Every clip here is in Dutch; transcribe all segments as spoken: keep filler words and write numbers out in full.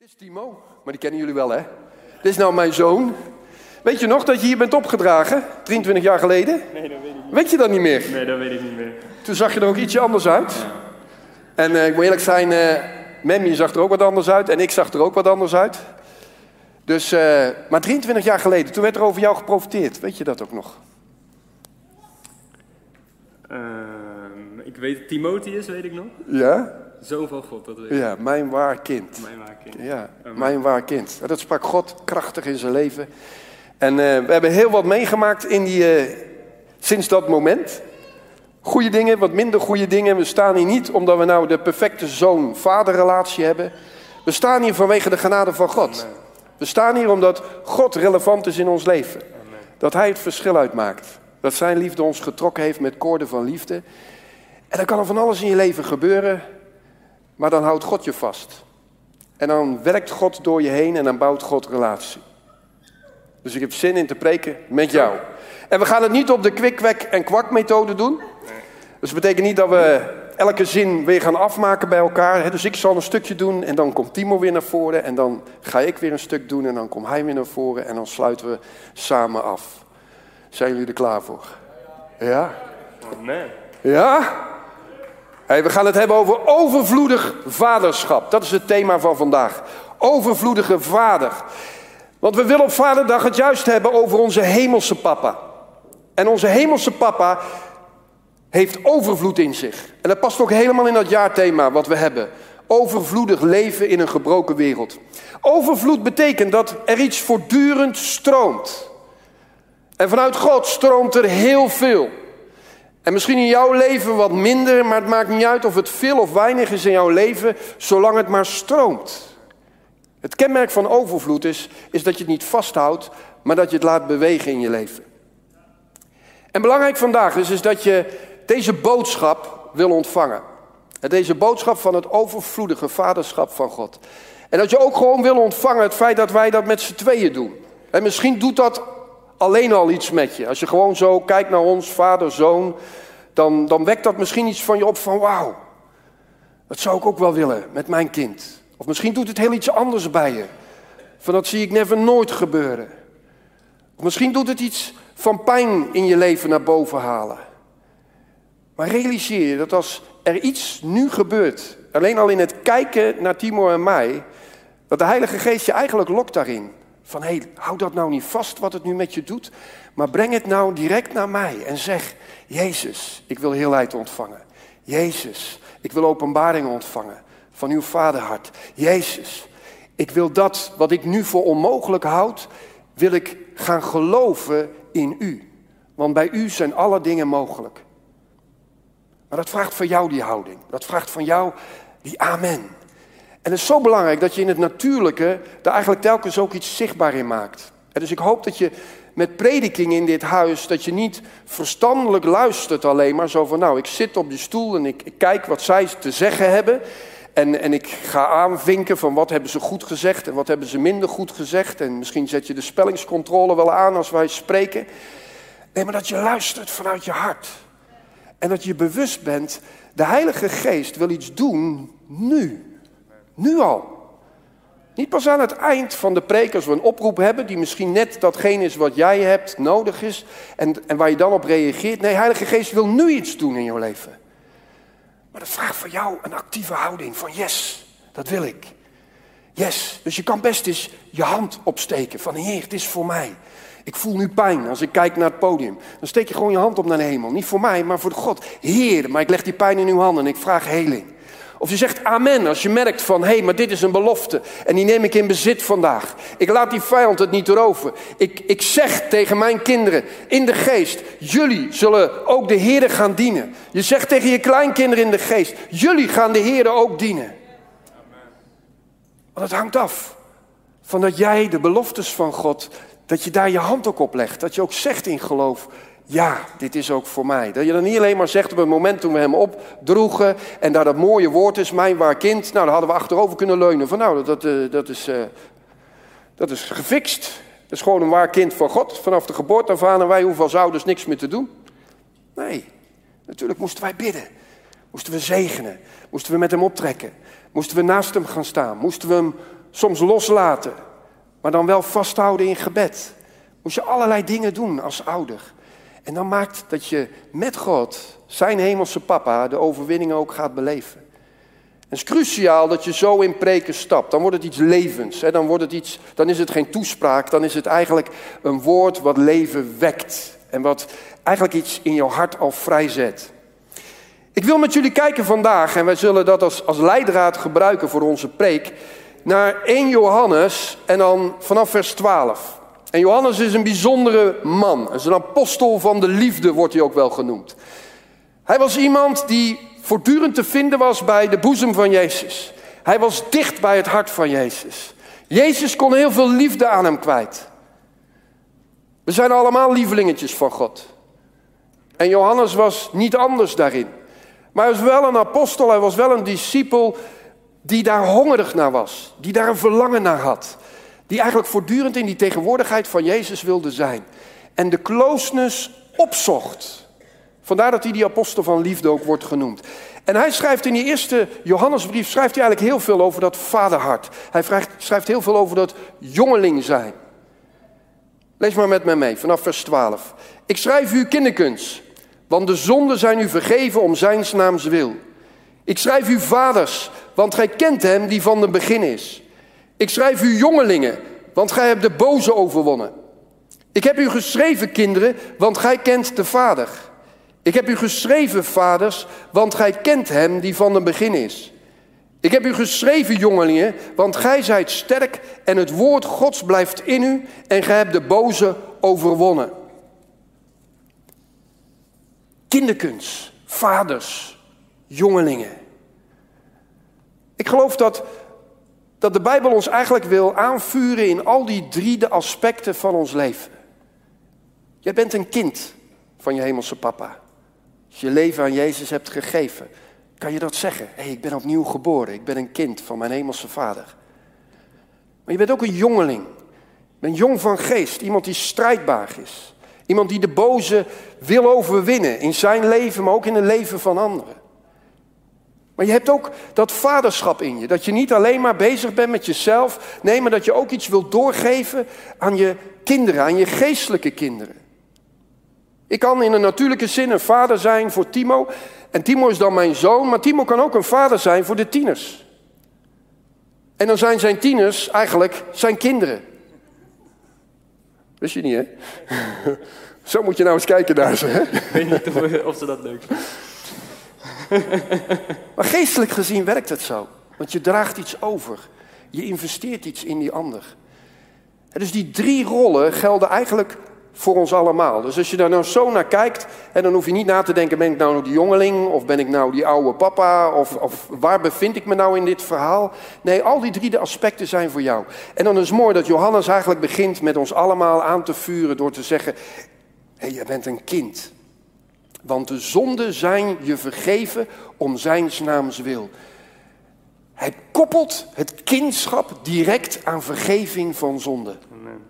Dit is Timo, maar die kennen jullie wel, hè? Dit is nou mijn zoon. Weet je nog dat je hier bent opgedragen? drieëntwintig jaar geleden? Nee, dat weet ik niet. Weet je dat niet meer? Nee, dat weet ik niet meer. Toen zag je er ook ietsje anders uit. Ja. En uh, ik moet eerlijk zijn, uh, Memmi zag er ook wat anders uit. En ik zag er ook wat anders uit. Dus, uh, maar drieëntwintig jaar geleden, toen werd er over jou geprofiteerd. Weet je dat ook nog? Uh, ik weet, Timotheus weet ik nog. Ja? Zoon van God, dat weet ik. Ja, mijn waar kind. Mijn waar kind. Ja, Uh, mijn waar kind. Dat sprak God krachtig in zijn leven. En uh, we hebben heel wat meegemaakt in die, uh, sinds dat moment. Goede dingen, wat minder goede dingen. We staan hier niet omdat we nou de perfecte zoon-vaderrelatie hebben. We staan hier vanwege de genade van God. Amen. We staan hier omdat God relevant is in ons leven. Amen. Dat hij het verschil uitmaakt. Dat zijn liefde ons getrokken heeft met koorden van liefde. En dan kan er van alles in je leven gebeuren. Maar dan houdt God je vast. En dan werkt God door je heen en dan bouwt God relatie. Dus ik heb zin in te preken met jou. En we gaan het niet op de kwik, kwek en kwak methode doen. Dus dat betekent niet dat we elke zin weer gaan afmaken bij elkaar. Dus ik zal een stukje doen en dan komt Timo weer naar voren. En dan ga ik weer een stuk doen en dan komt hij weer naar voren. En dan sluiten we samen af. Zijn jullie er klaar voor? Ja? Amen. Ja? Hey, we gaan het hebben over overvloedig vaderschap. Dat is het thema van vandaag. Overvloedige vader. Want we willen op Vaderdag het juist hebben over onze hemelse papa. En onze hemelse papa heeft overvloed in zich. En dat past ook helemaal in dat jaarthema wat we hebben. Overvloedig leven in een gebroken wereld. Overvloed betekent dat er iets voortdurend stroomt. En vanuit God stroomt er heel veel. En misschien in jouw leven wat minder, maar het maakt niet uit of het veel of weinig is in jouw leven, zolang het maar stroomt. Het kenmerk van overvloed is, is dat je het niet vasthoudt, maar dat je het laat bewegen in je leven. En belangrijk vandaag is, is dat je deze boodschap wil ontvangen. En deze boodschap van het overvloedige vaderschap van God. En dat je ook gewoon wil ontvangen het feit dat wij dat met z'n tweeën doen. En misschien doet dat alleen al iets met je. Als je gewoon zo kijkt naar ons, vader, zoon, dan, dan wekt dat misschien iets van je op van wauw. Dat zou ik ook wel willen met mijn kind. Of misschien doet het heel iets anders bij je. Van dat zie ik never nooit gebeuren. Of misschien doet het iets van pijn in je leven naar boven halen. Maar realiseer je dat als er iets nu gebeurt, alleen al in het kijken naar Timo en mij, dat de Heilige Geest je eigenlijk lokt daarin. Van hé, hey, hou dat nou niet vast wat het nu met je doet, maar breng het nou direct naar mij en zeg, Jezus, ik wil heelheid ontvangen. Jezus, ik wil openbaringen ontvangen van uw vaderhart. Jezus, ik wil dat wat ik nu voor onmogelijk houd, wil ik gaan geloven in u. Want bij u zijn alle dingen mogelijk. Maar dat vraagt van jou die houding. Dat vraagt van jou die amen. En het is zo belangrijk dat je in het natuurlijke daar eigenlijk telkens ook iets zichtbaar in maakt. En dus ik hoop dat je met prediking in dit huis, dat je niet verstandelijk luistert alleen maar. Zo van nou, ik zit op die stoel en ik, ik kijk wat zij te zeggen hebben. En, en ik ga aanvinken van wat hebben ze goed gezegd en wat hebben ze minder goed gezegd. En misschien zet je de spellingscontrole wel aan als wij spreken. Nee, maar dat je luistert vanuit je hart. En dat je bewust bent, de Heilige Geest wil iets doen nu. Nu al. Niet pas aan het eind van de preek als we een oproep hebben die misschien net datgene is wat jij hebt, nodig is. En, en waar je dan op reageert. Nee, Heilige Geest wil nu iets doen in jouw leven. Maar dat vraagt van jou een actieve houding. Van yes, dat wil ik. Yes, dus je kan best eens je hand opsteken. Van Heer, het is voor mij. Ik voel nu pijn als ik kijk naar het podium. Dan steek je gewoon je hand op naar de hemel. Niet voor mij, maar voor God. Heer, maar ik leg die pijn in uw handen en ik vraag heling. Of je zegt amen als je merkt van, hé, hey, maar dit is een belofte. En die neem ik in bezit vandaag. Ik laat die vijand het niet roven. Ik, ik zeg tegen mijn kinderen in de geest, jullie zullen ook de Heere gaan dienen. Je zegt tegen je kleinkinderen in de geest, jullie gaan de Heere ook dienen. Want het hangt af van dat jij de beloftes van God, dat je daar je hand ook op legt. Dat je ook zegt in geloof, ja, dit is ook voor mij. Dat je dan niet alleen maar zegt op het moment toen we hem opdroegen en daar dat mooie woord is, mijn waar kind. Nou, dan hadden we achterover kunnen leunen. Van nou, dat, dat, dat, is, uh, dat is gefixt. Dat is gewoon een waar kind van God. Vanaf de geboorte af aan en wij hoeven als ouders niks meer te doen. Nee, natuurlijk moesten wij bidden. Moesten we zegenen. Moesten we met hem optrekken. Moesten we naast hem gaan staan. Moesten we hem soms loslaten, maar dan wel vasthouden in gebed. Moest je allerlei dingen doen als ouder. En dan maakt dat je met God, zijn hemelse papa, de overwinning ook gaat beleven. Het is cruciaal dat je zo in preken stapt. Dan wordt het iets levens. Hè? Dan, wordt het iets, dan is het geen toespraak. Dan is het eigenlijk een woord wat leven wekt. En wat eigenlijk iets in jouw hart al vrijzet. Ik wil met jullie kijken vandaag, en wij zullen dat als, als leidraad gebruiken voor onze preek, naar eerste Johannes en dan vanaf vers twaalf. En Johannes is een bijzondere man. Hij is een apostel van de liefde, wordt hij ook wel genoemd. Hij was iemand die voortdurend te vinden was bij de boezem van Jezus. Hij was dicht bij het hart van Jezus. Jezus kon heel veel liefde aan hem kwijt. We zijn allemaal lievelingetjes van God. En Johannes was niet anders daarin. Maar hij was wel een apostel, hij was wel een discipel die daar hongerig naar was. Die daar een verlangen naar had. Die eigenlijk voortdurend in die tegenwoordigheid van Jezus wilde zijn. En de closeness opzocht. Vandaar dat hij die apostel van liefde ook wordt genoemd. En hij schrijft in die eerste Johannesbrief, schrijft hij eigenlijk heel veel over dat vaderhart. Hij schrijft heel veel over dat jongeling zijn. Lees maar met mij mee, vanaf vers twaalf. Ik schrijf u kinderkens, want de zonden zijn u vergeven om zijns naams wil. Ik schrijf u vaders, want gij kent hem die van den begin is. Ik schrijf u jongelingen, want gij hebt de boze overwonnen. Ik heb u geschreven, kinderen, want gij kent de Vader. Ik heb u geschreven, vaders, want gij kent hem die van den begin is. Ik heb u geschreven, jongelingen, want gij zijt sterk en het woord Gods blijft in u en gij hebt de boze overwonnen. Kinderkens, vaders, jongelingen. Ik geloof dat, dat de Bijbel ons eigenlijk wil aanvuren in al die drie de aspecten van ons leven. Jij bent een kind van je hemelse papa. Als je leven aan Jezus hebt gegeven, kan je dat zeggen. Hé, hey, ik ben opnieuw geboren. Ik ben een kind van mijn hemelse vader. Maar je bent ook een jongeling. Je bent jong van geest. Iemand die strijdbaar is. Iemand die de boze wil overwinnen. In zijn leven, maar ook in het leven van anderen. Maar je hebt ook dat vaderschap in je. Dat je niet alleen maar bezig bent met jezelf. Nee, maar dat je ook iets wilt doorgeven aan je kinderen. Aan je geestelijke kinderen. Ik kan in een natuurlijke zin een vader zijn voor Timo. En Timo is dan mijn zoon. Maar Timo kan ook een vader zijn voor de tieners. En dan zijn zijn tieners eigenlijk zijn kinderen. Wist je niet, hè? Zo moet je nou eens kijken naar ze, hè? Ik weet niet of ze dat leuk vinden. Maar geestelijk gezien werkt het zo. Want je draagt iets over. Je investeert iets in die ander. En dus die drie rollen gelden eigenlijk voor ons allemaal. Dus als je daar nou zo naar kijkt, en dan hoef je niet na te denken, ben ik nou die jongeling, of ben ik nou die oude papa, of, of waar bevind ik me nou in dit verhaal? Nee, al die drie de aspecten zijn voor jou. En dan is het mooi dat Johannes eigenlijk begint met ons allemaal aan te vuren door te zeggen, hé, hey, je bent een kind. Want de zonden zijn je vergeven om zijns naams wil. Hij koppelt het kindschap direct aan vergeving van zonde. Amen.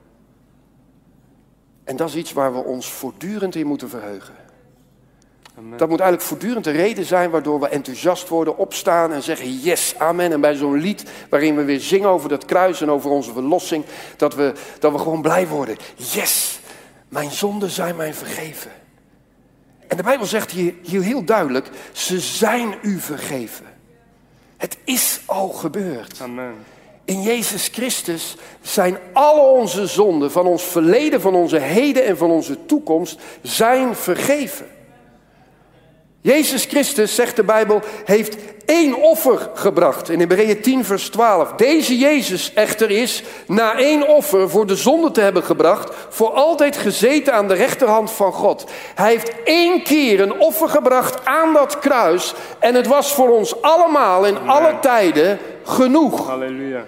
En dat is iets waar we ons voortdurend in moeten verheugen. Amen. Dat moet eigenlijk voortdurend de reden zijn waardoor we enthousiast worden, opstaan en zeggen yes, amen. En bij zo'n lied waarin we weer zingen over dat kruis en over onze verlossing, dat we, dat we gewoon blij worden. Yes, mijn zonden zijn mij vergeven. En de Bijbel zegt hier, hier heel duidelijk, ze zijn u vergeven. Het is al gebeurd. Amen. In Jezus Christus zijn alle onze zonden van ons verleden, van onze heden en van onze toekomst zijn vergeven. Jezus Christus, zegt de Bijbel, heeft één offer gebracht. In Hebreeën tien vers twaalf. Deze Jezus echter is, na één offer voor de zonde te hebben gebracht, voor altijd gezeten aan de rechterhand van God. Hij heeft één keer een offer gebracht aan dat kruis. En het was voor ons allemaal in alle tijden genoeg. Halleluja.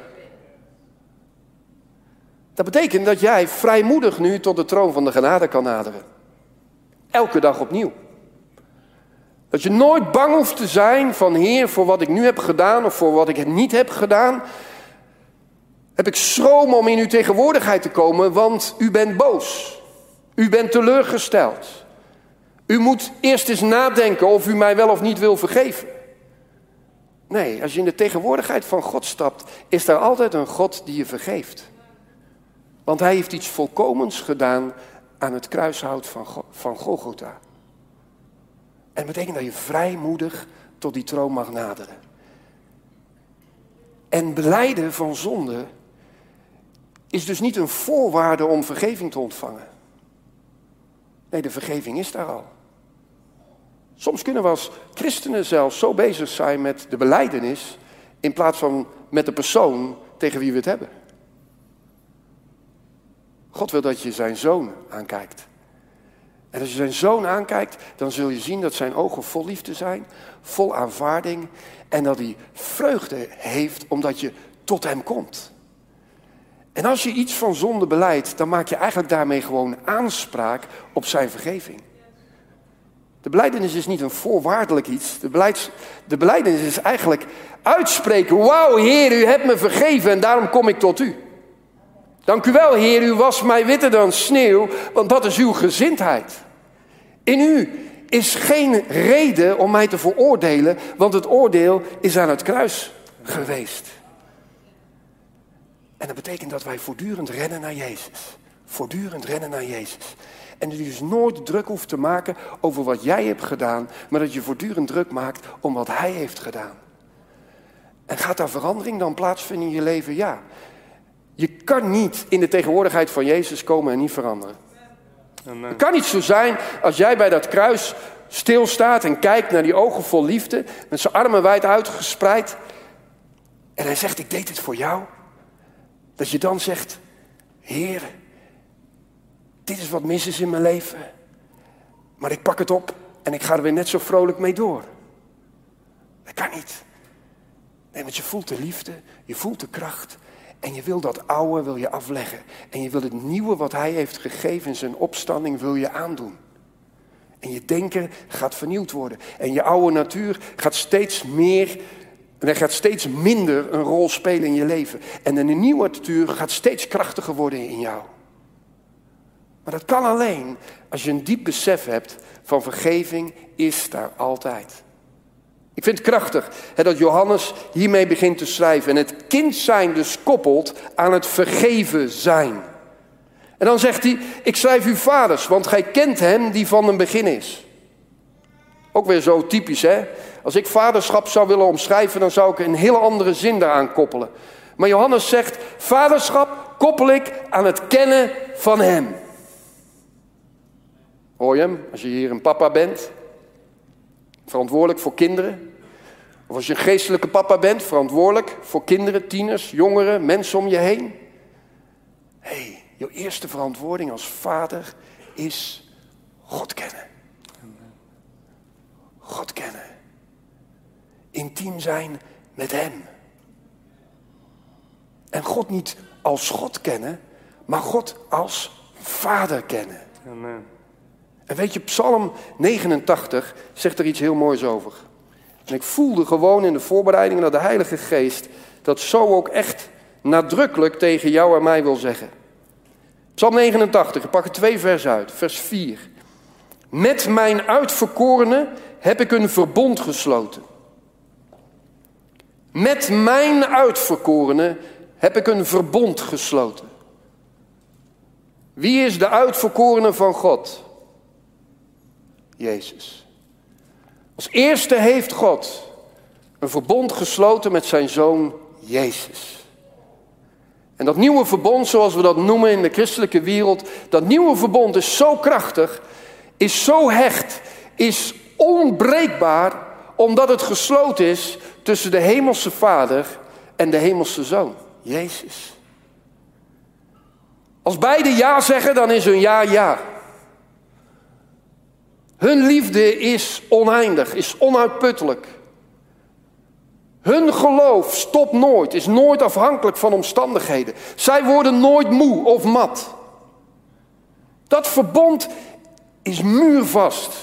Dat betekent dat jij vrijmoedig nu tot de troon van de genade kan naderen. Elke dag opnieuw. Dat je nooit bang hoeft te zijn van Heer, voor wat ik nu heb gedaan of voor wat ik niet heb gedaan. Heb ik schroom om in uw tegenwoordigheid te komen, want u bent boos. U bent teleurgesteld. U moet eerst eens nadenken of u mij wel of niet wil vergeven. Nee, als je in de tegenwoordigheid van God stapt, is daar altijd een God die je vergeeft. Want hij heeft iets volkomens gedaan aan het kruishout van, Go- van Golgotha. En dat betekent dat je vrijmoedig tot die troon mag naderen. En belijden van zonde is dus niet een voorwaarde om vergeving te ontvangen. Nee, de vergeving is daar al. Soms kunnen we als christenen zelfs zo bezig zijn met de belijdenis in plaats van met de persoon tegen wie we het hebben. God wil dat je zijn zoon aankijkt. En als je zijn zoon aankijkt, dan zul je zien dat zijn ogen vol liefde zijn, vol aanvaarding en dat hij vreugde heeft omdat je tot hem komt. En als je iets van zonde belijdt, dan maak je eigenlijk daarmee gewoon aanspraak op zijn vergeving. De belijdenis is niet een voorwaardelijk iets. De, beleids, de belijdenis is eigenlijk uitspreken. Wauw, Heer, u hebt me vergeven en daarom kom ik tot u. Dank u wel, Heer, u was mij witter dan sneeuw, want dat is uw gezindheid. In u is geen reden om mij te veroordelen, want het oordeel is aan het kruis geweest. En dat betekent dat wij voortdurend rennen naar Jezus. Voortdurend rennen naar Jezus. En dat je dus nooit druk hoeft te maken over wat jij hebt gedaan, maar dat je voortdurend druk maakt om wat hij heeft gedaan. En gaat daar verandering dan plaatsvinden in je leven? Ja. Je kan niet in de tegenwoordigheid van Jezus komen en niet veranderen. Amen. Het kan niet zo zijn als jij bij dat kruis stilstaat en kijkt naar die ogen vol liefde, met zijn armen wijd uitgespreid. En hij zegt, ik deed dit voor jou. Dat je dan zegt, Heer, dit is wat mis is in mijn leven. Maar ik pak het op en ik ga er weer net zo vrolijk mee door. Dat kan niet. Nee, want je voelt de liefde, je voelt de kracht. En je wil dat oude wil je afleggen. En je wil het nieuwe wat hij heeft gegeven in zijn opstanding wil je aandoen. En je denken gaat vernieuwd worden. En je oude natuur gaat steeds meer, en er gaat steeds minder een rol spelen in je leven. En een nieuwe natuur gaat steeds krachtiger worden in jou. Maar dat kan alleen als je een diep besef hebt van vergeving is daar altijd. Ik vind het krachtig hè, dat Johannes hiermee begint te schrijven. En het kind zijn dus koppelt aan het vergeven zijn. En dan zegt hij, ik schrijf u vaders, want gij kent hem die van een begin is. Ook weer zo typisch hè. Als ik vaderschap zou willen omschrijven, dan zou ik een hele andere zin daaraan koppelen. Maar Johannes zegt, vaderschap koppel ik aan het kennen van hem. Hoor je hem? Als je hier een papa bent, verantwoordelijk voor kinderen. Of als je een geestelijke papa bent, verantwoordelijk voor kinderen, tieners, jongeren, mensen om je heen. Hé, hey, jouw eerste verantwoording als vader is God kennen. God kennen. Intiem zijn met hem. En God niet als God kennen, maar God als vader kennen. Amen. En weet je, Psalm negenentachtig zegt er iets heel moois over. En ik voelde gewoon in de voorbereidingen dat de Heilige Geest dat zo ook echt nadrukkelijk tegen jou en mij wil zeggen. Psalm negenentachtig, ik pak er twee versen uit. Vers vier. Met mijn uitverkorene heb ik een verbond gesloten. Met mijn uitverkorene heb ik een verbond gesloten. Wie is de uitverkorene van God? Jezus. Als eerste heeft God een verbond gesloten met zijn zoon Jezus. En dat nieuwe verbond, zoals we dat noemen in de christelijke wereld, dat nieuwe verbond is zo krachtig, is zo hecht, is onbreekbaar, omdat het gesloten is tussen de hemelse Vader en de hemelse Zoon, Jezus. Als beide ja zeggen, dan is hun ja ja. Hun liefde is oneindig, is onuitputtelijk. Hun geloof stopt nooit, is nooit afhankelijk van omstandigheden. Zij worden nooit moe of mat. Dat verbond is muurvast.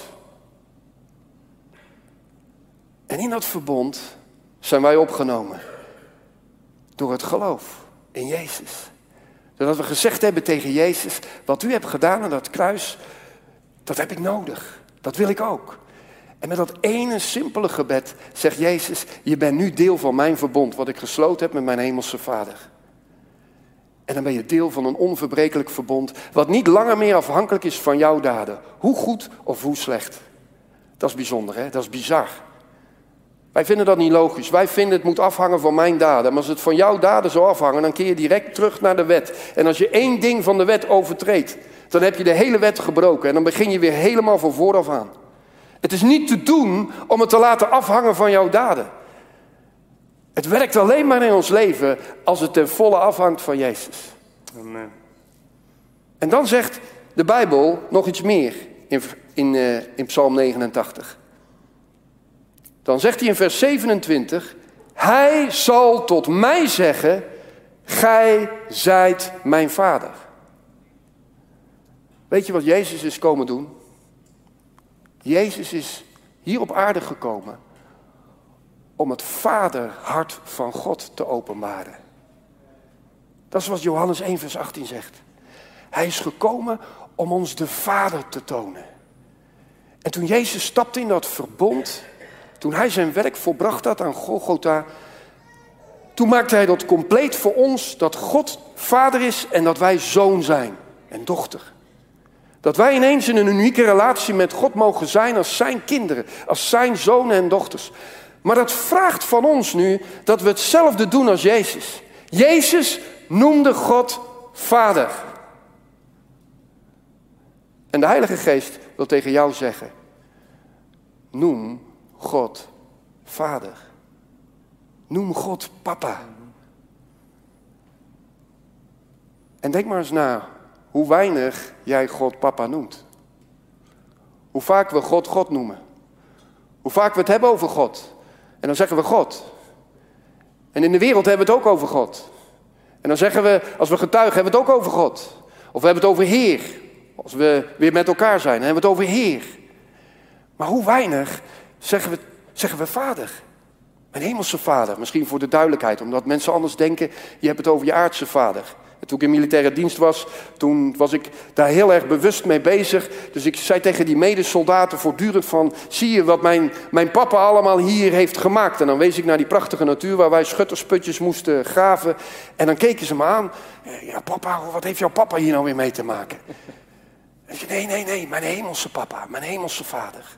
En in dat verbond zijn wij opgenomen. Door het geloof in Jezus. Zodat we gezegd hebben tegen Jezus, wat u hebt gedaan aan dat kruis, dat heb ik nodig. Dat wil ik ook. En met dat ene simpele gebed zegt Jezus, je bent nu deel van mijn verbond, wat ik gesloten heb met mijn hemelse Vader. En dan ben je deel van een onverbrekelijk verbond, wat niet langer meer afhankelijk is van jouw daden. Hoe goed of hoe slecht. Dat is bijzonder, hè? Dat is bizar. Wij vinden dat niet logisch. Wij vinden het moet afhangen van mijn daden. Maar als het van jouw daden zou afhangen, dan keer je direct terug naar de wet. En als je één ding van de wet overtreedt, dan heb je de hele wet gebroken. En dan begin je weer helemaal van vooraf aan. Het is niet te doen om het te laten afhangen van jouw daden. Het werkt alleen maar in ons leven als het ten volle afhangt van Jezus. Amen. En dan zegt de Bijbel nog iets meer in, in, uh, in Psalm negenentachtig. Dan zegt hij in vers zevenentwintig, hij zal tot mij zeggen, gij zijt mijn vader. Weet je wat Jezus is komen doen? Jezus is hier op aarde gekomen om het vaderhart van God te openbaren. Dat is wat Johannes één vers achttien zegt. Hij is gekomen om ons de Vader te tonen. En toen Jezus stapte in dat verbond, toen hij zijn werk volbracht had aan Golgotha, toen maakte hij dat compleet voor ons, dat God Vader is en dat wij zoon zijn en dochter. Dat wij ineens in een unieke relatie met God mogen zijn als zijn kinderen, als zijn zonen en dochters. Maar dat vraagt van ons nu dat we hetzelfde doen als Jezus. Jezus noemde God Vader. En de Heilige Geest wil tegen jou zeggen, noem God Vader. Noem God Papa. En denk maar eens na hoe weinig jij God Papa noemt. Hoe vaak we God God noemen. Hoe vaak we het hebben over God. En dan zeggen we God. En in de wereld hebben we het ook over God. En dan zeggen we, als we getuigen, hebben we het ook over God. Of we hebben het over Heer. Als we weer met elkaar zijn, dan hebben we het over Heer. Maar hoe weinig zeggen we, zeggen we Vader. Mijn hemelse Vader. Misschien voor de duidelijkheid, omdat mensen anders denken, je hebt het over je aardse vader. En toen ik in militaire dienst was, toen was ik daar heel erg bewust mee bezig. Dus ik zei tegen die medesoldaten voortdurend van, zie je wat mijn, mijn papa allemaal hier heeft gemaakt? En dan wees ik naar die prachtige natuur waar wij schuttersputjes moesten graven. En dan keken ze me aan. Ja, papa, wat heeft jouw papa hier nou weer mee te maken? En ik zei, nee, nee, nee, mijn hemelse papa, mijn hemelse vader.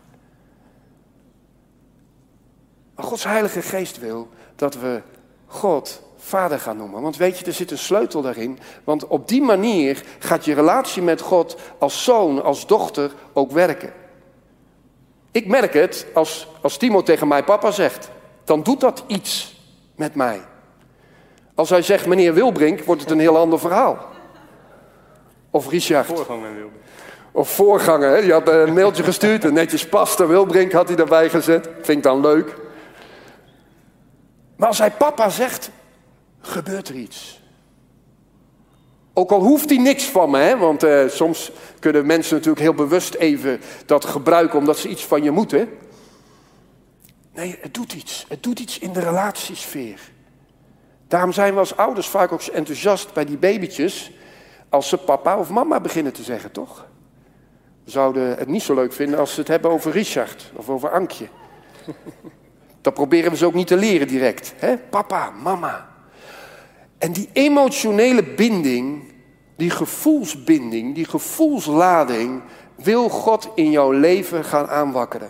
Maar Gods Heilige Geest wil dat we God Vader gaan noemen. Want weet je, er zit een sleutel daarin. Want op die manier gaat je relatie met God als zoon, als dochter ook werken. Ik merk het als, als Timo tegen mij papa zegt. Dan doet dat iets met mij. Als hij zegt meneer Wilbrink, wordt het een heel ander verhaal. Of Richard. Voorganger Wilbrink. Of voorganger, hè? Die had een mailtje gestuurd. En netjes Pastor Wilbrink had hij daarbij gezet. Vind ik dan leuk. Maar als hij papa zegt, gebeurt er iets. Ook al hoeft hij niks van me, hè? Want uh, soms kunnen mensen natuurlijk heel bewust even dat gebruiken omdat ze iets van je moeten. Nee, het doet iets. Het doet iets in de relatiesfeer. Daarom zijn we als ouders vaak ook enthousiast bij die babytjes als ze papa of mama beginnen te zeggen, toch? We zouden het niet zo leuk vinden als ze het hebben over Richard of over Ankje. Dat proberen we ze ook niet te leren direct. Hè? Papa, mama. En die emotionele binding, die gevoelsbinding, die gevoelslading, wil God in jouw leven gaan aanwakkeren.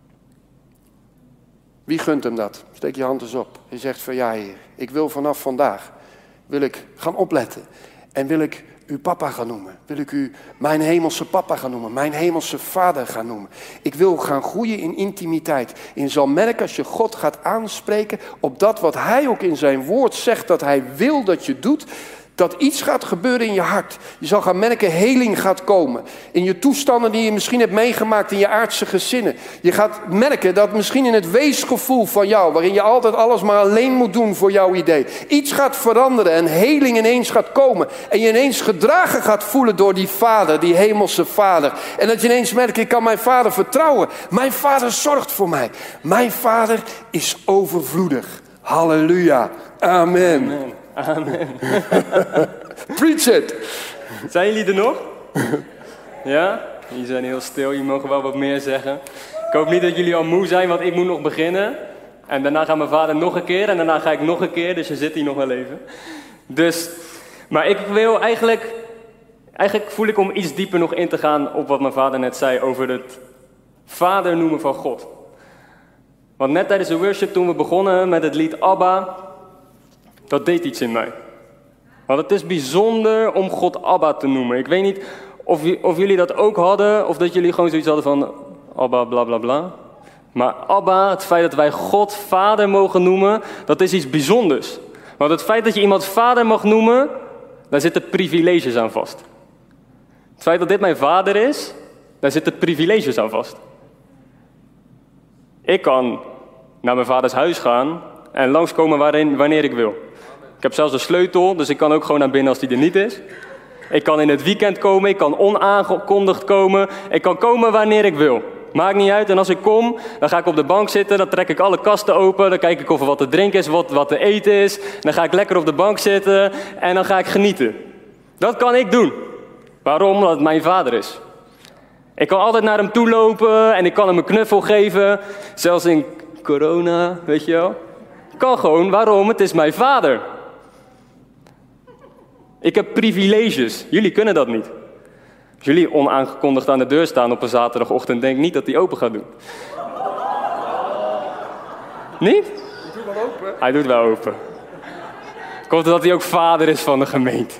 Wie gunt hem dat? Steek je hand eens op. Je zegt van ja Heer, ik wil vanaf vandaag, wil ik gaan opletten. En wil ik u papa gaan noemen. Wil ik u mijn hemelse papa gaan noemen. Mijn hemelse vader gaan noemen. Ik wil gaan groeien in intimiteit. En je zal merken als je God gaat aanspreken op dat wat hij ook in zijn woord zegt dat hij wil dat je doet. Dat iets gaat gebeuren in je hart. Je zal gaan merken, heling gaat komen. In je toestanden die je misschien hebt meegemaakt in je aardse gezinnen. Je gaat merken dat misschien in het weesgevoel van jou, waarin je altijd alles maar alleen moet doen voor jouw idee. Iets gaat veranderen en heling ineens gaat komen. En je ineens gedragen gaat voelen door die vader, die hemelse vader. En dat je ineens merkt, ik kan mijn vader vertrouwen. Mijn vader zorgt voor mij. Mijn vader is overvloedig. Halleluja. Amen. Amen. Amen. Preach it. Zijn jullie er nog? Ja? Jullie zijn heel stil, jullie mogen wel wat meer zeggen. Ik hoop niet dat jullie al moe zijn, want ik moet nog beginnen. En daarna gaat mijn vader nog een keer en daarna ga ik nog een keer, dus je zit hier nog wel even. Dus, maar ik wil eigenlijk, eigenlijk voel ik om iets dieper nog in te gaan op wat mijn vader net zei over het vader noemen van God. Want net tijdens de worship toen we begonnen met het lied Abba, dat deed iets in mij. Want het is bijzonder om God Abba te noemen. Ik weet niet of, of jullie dat ook hadden, of dat jullie gewoon zoiets hadden van Abba bla bla bla. Maar Abba, het feit dat wij God vader mogen noemen, dat is iets bijzonders. Want het feit dat je iemand vader mag noemen, daar zitten privileges aan vast. Het feit dat dit mijn vader is, daar zitten privileges aan vast. Ik kan naar mijn vaders huis gaan en langskomen waarin, wanneer ik wil. Ik heb zelfs de sleutel, dus ik kan ook gewoon naar binnen als die er niet is. Ik kan in het weekend komen, ik kan onaangekondigd komen. Ik kan komen wanneer ik wil. Maakt niet uit. En als ik kom, dan ga ik op de bank zitten, dan trek ik alle kasten open. Dan kijk ik of er wat te drinken is, wat, wat te eten is. Dan ga ik lekker op de bank zitten en dan ga ik genieten. Dat kan ik doen. Waarom? Omdat het mijn vader is. Ik kan altijd naar hem toe lopen en ik kan hem een knuffel geven. Zelfs in corona, weet je wel. Kan gewoon. Waarom? Het is mijn vader. Ik heb privileges. Jullie kunnen dat niet. Als jullie onaangekondigd aan de deur staan op een zaterdagochtend, denk niet dat hij open gaat doen. Niet? Hij doet wel open. Hij doet wel open. Komt omdat hij ook vader is van de gemeente.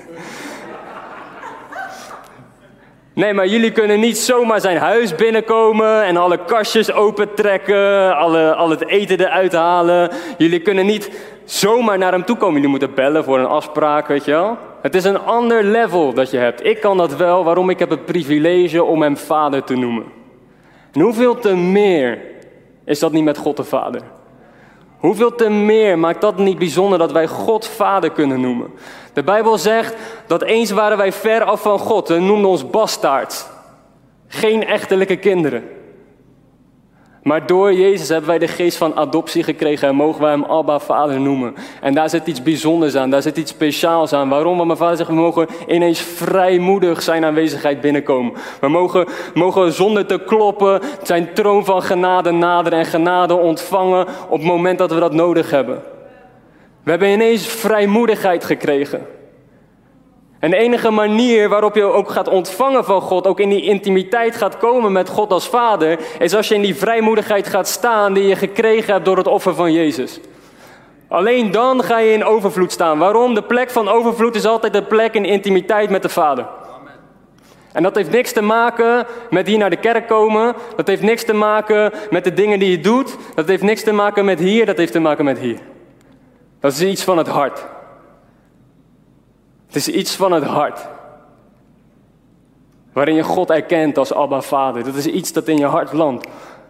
Nee, maar jullie kunnen niet zomaar zijn huis binnenkomen en alle kastjes opentrekken, alle, al het eten eruit halen. Jullie kunnen niet zomaar naar hem toe komen. Jullie moeten bellen voor een afspraak, weet je wel. Het is een ander level dat je hebt. Ik kan dat wel, waarom? Ik heb het privilege om hem vader te noemen. En hoeveel te meer is dat niet met God de Vader? Hoeveel te meer maakt dat niet bijzonder dat wij God vader kunnen noemen? De Bijbel zegt dat eens waren wij ver af van God. Hij noemde ons bastaards. Geen echtelijke kinderen. Maar door Jezus hebben wij de geest van adoptie gekregen en mogen wij hem Abba vader noemen. En daar zit iets bijzonders aan, daar zit iets speciaals aan. Waarom? Want mijn vader zegt, we mogen ineens vrijmoedig zijn aanwezigheid binnenkomen. We mogen, mogen zonder te kloppen zijn troon van genade naderen en genade ontvangen op het moment dat we dat nodig hebben. We hebben ineens vrijmoedigheid gekregen. En de enige manier waarop je ook gaat ontvangen van God, ook in die intimiteit gaat komen met God als Vader, is als je in die vrijmoedigheid gaat staan die je gekregen hebt door het offer van Jezus. Alleen dan ga je in overvloed staan. Waarom? De plek van overvloed is altijd de plek in intimiteit met de Vader. En dat heeft niks te maken met hier naar de kerk komen. Dat heeft niks te maken met de dingen die je doet. Dat heeft niks te maken met hier, dat heeft te maken met hier. Dat is iets van het hart. Het is iets van het hart. Waarin je God erkent als Abba Vader. Dat is iets dat in je hart landt.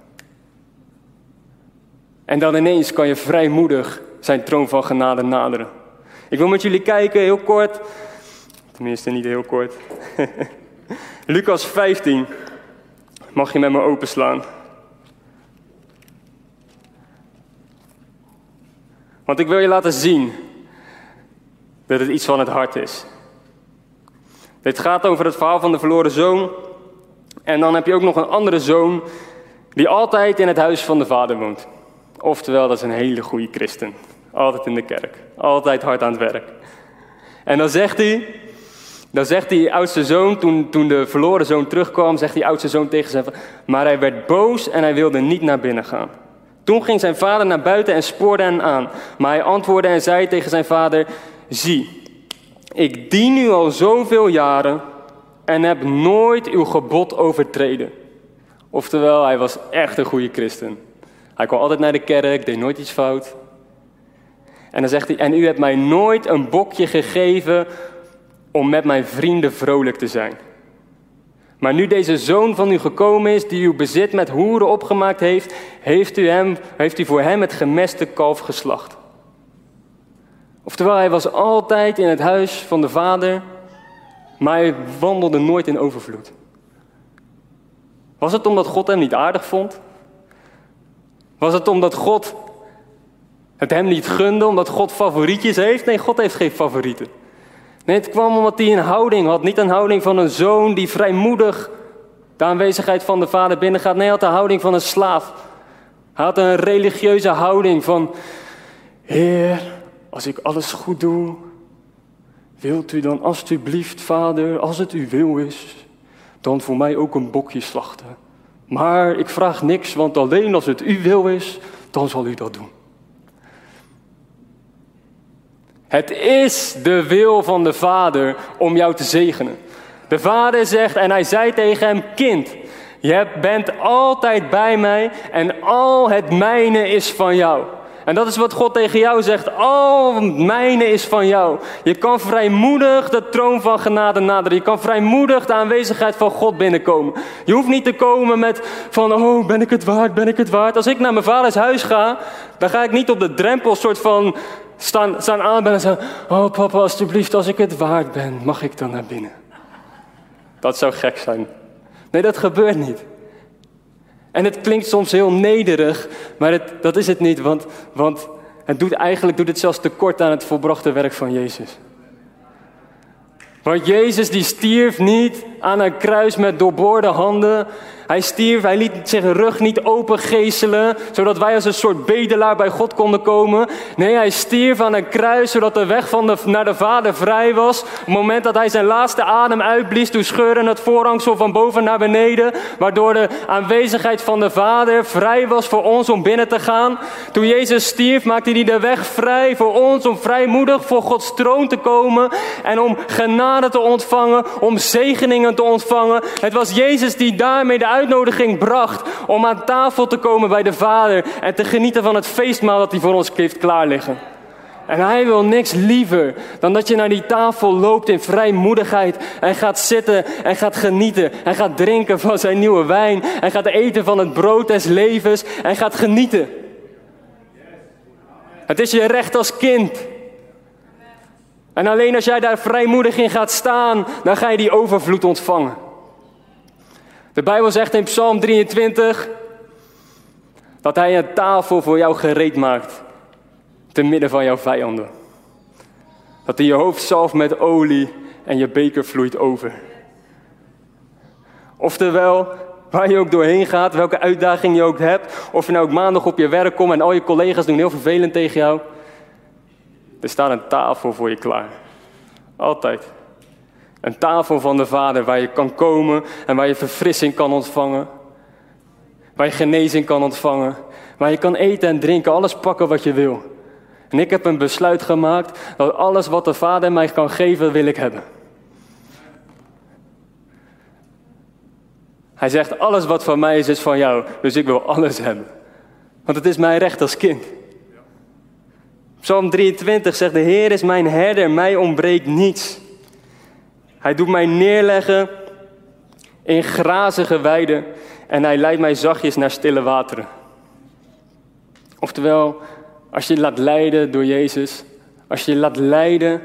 En dan ineens kan je vrijmoedig zijn troon van genade naderen. Ik wil met jullie kijken, heel kort. Tenminste, niet heel kort. Lucas vijftien. Mag je met me openslaan. Want ik wil je laten zien dat het iets van het hart is. Dit gaat over het verhaal van de verloren zoon. En dan heb je ook nog een andere zoon die altijd in het huis van de vader woont. Oftewel, dat is een hele goede christen. Altijd in de kerk. Altijd hard aan het werk. En dan zegt hij, dan zegt die oudste zoon, toen, toen de verloren zoon terugkwam, zegt die oudste zoon tegen zijn vader, maar hij werd boos en hij wilde niet naar binnen gaan. Toen ging zijn vader naar buiten en spoorde hen aan. Maar hij antwoordde en zei tegen zijn vader, zie, ik dien u al zoveel jaren en heb nooit uw gebod overtreden. Oftewel, hij was echt een goede christen. Hij kwam altijd naar de kerk, deed nooit iets fout. En dan zegt hij, en u hebt mij nooit een bokje gegeven om met mijn vrienden vrolijk te zijn. Maar nu deze zoon van u gekomen is, die uw bezit met hoeren opgemaakt heeft, heeft u, hem, heeft u voor hem het gemeste kalf geslacht. Oftewel, hij was altijd in het huis van de vader, maar hij wandelde nooit in overvloed. Was het omdat God hem niet aardig vond? Was het omdat God het hem niet gunde, omdat God favorietjes heeft? Nee, God heeft geen favorieten. Nee, het kwam omdat hij een houding had. Niet een houding van een zoon die vrijmoedig de aanwezigheid van de Vader binnengaat. Nee, hij had de houding van een slaaf. Hij had een religieuze houding van, Heer, als ik alles goed doe, wilt u dan alstublieft, Vader, als het uw wil is, dan voor mij ook een bokje slachten. Maar ik vraag niks, want alleen als het uw wil is, dan zal u dat doen. Het is de wil van de Vader om jou te zegenen. De Vader zegt, en hij zei tegen hem, kind, je bent altijd bij mij en al het mijne is van jou. En dat is wat God tegen jou zegt, al het mijne is van jou. Je kan vrijmoedig de troon van genade naderen. Je kan vrijmoedig de aanwezigheid van God binnenkomen. Je hoeft niet te komen met van, oh, ben ik het waard, ben ik het waard. Als ik naar mijn vaders huis ga, dan ga ik niet op de drempel soort van staan, staan aanbellen en zeggen, oh papa, alsjeblieft, als ik het waard ben, mag ik dan naar binnen. Dat zou gek zijn. Nee, dat gebeurt niet. En het klinkt soms heel nederig, maar het, dat is het niet, want, want het doet, eigenlijk doet het zelfs tekort aan het volbrachte werk van Jezus. Want Jezus die stierf niet aan een kruis met doorboorde handen. Hij stierf, hij liet zijn rug niet opengeeselen, zodat wij als een soort bedelaar bij God konden komen. Nee, hij stierf aan een kruis, zodat de weg van de, naar de Vader vrij was. Op het moment dat hij zijn laatste adem uitblies, toen scheurde het voorhangsel van boven naar beneden, waardoor de aanwezigheid van de Vader vrij was voor ons om binnen te gaan. Toen Jezus stierf, maakte hij de weg vrij voor ons om vrijmoedig voor Gods troon te komen en om genade te ontvangen, om zegeningen te ontvangen. Het was Jezus die daarmee de uitnodiging bracht om aan tafel te komen bij de Vader en te genieten van het feestmaal dat hij voor ons heeft klaar liggen. En hij wil niks liever dan dat je naar die tafel loopt in vrijmoedigheid en gaat zitten en gaat genieten en gaat drinken van zijn nieuwe wijn en gaat eten van het brood des levens en gaat genieten. Het is je recht als kind. En alleen als jij daar vrijmoedig in gaat staan, dan ga je die overvloed ontvangen. De Bijbel zegt in Psalm drieëntwintig dat hij een tafel voor jou gereed maakt, te midden van jouw vijanden. Dat hij je hoofd zalft met olie en je beker vloeit over. Oftewel, waar je ook doorheen gaat, welke uitdaging je ook hebt, of je nou ook maandag op je werk komt en al je collega's doen heel vervelend tegen jou, er staat een tafel voor je klaar. Altijd. Een tafel van de Vader waar je kan komen en waar je verfrissing kan ontvangen. Waar je genezing kan ontvangen. Waar je kan eten en drinken, alles pakken wat je wil. En ik heb een besluit gemaakt dat alles wat de Vader mij kan geven, wil ik hebben. Hij zegt, alles wat van mij is, is van jou. Dus ik wil alles hebben. Want het is mijn recht als kind. Psalm drieëntwintig zegt, de Heer is mijn herder, mij ontbreekt niets. Hij doet mij neerleggen in grazige weiden en hij leidt mij zachtjes naar stille wateren. Oftewel, als je je laat leiden door Jezus, als je je laat leiden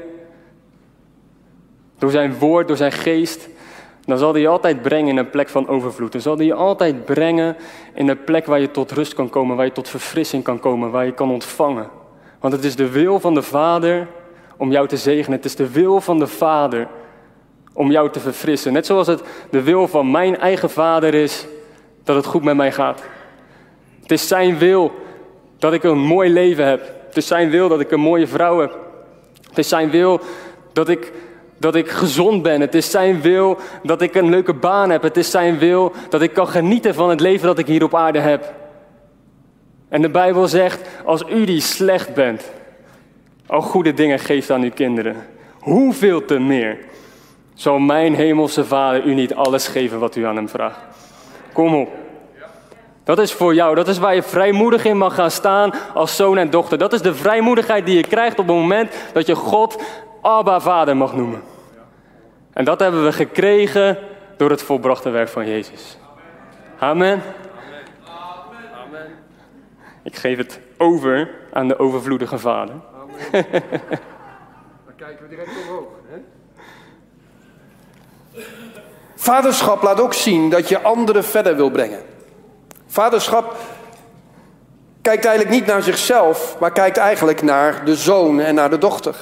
door zijn woord, door zijn geest, dan zal hij je altijd brengen in een plek van overvloed. Dan zal hij je altijd brengen in een plek waar je tot rust kan komen, waar je tot verfrissing kan komen, waar je kan ontvangen. Want het is de wil van de Vader om jou te zegenen. Het is de wil van de Vader om jou te verfrissen. Net zoals het de wil van mijn eigen Vader is dat het goed met mij gaat. Het is zijn wil dat ik een mooi leven heb. Het is zijn wil dat ik een mooie vrouw heb. Het is zijn wil dat ik, dat ik gezond ben. Het is zijn wil dat ik een leuke baan heb. Het is zijn wil dat ik kan genieten van het leven dat ik hier op aarde heb. En de Bijbel zegt, als u die slecht bent, al goede dingen geeft aan uw kinderen, hoeveel te meer zal mijn hemelse Vader u niet alles geven wat u aan hem vraagt. Kom op. Dat is voor jou. Dat is waar je vrijmoedig in mag gaan staan als zoon en dochter. Dat is de vrijmoedigheid die je krijgt op het moment dat je God Abba Vader mag noemen. En dat hebben we gekregen door het volbrachte werk van Jezus. Amen. Amen. Ik geef het over aan de overvloedige Vader. Amen. Dan kijken we direct omhoog. Hè? Vaderschap laat ook zien dat je anderen verder wil brengen. Vaderschap kijkt eigenlijk niet naar zichzelf, maar kijkt eigenlijk naar de zoon en naar de dochter.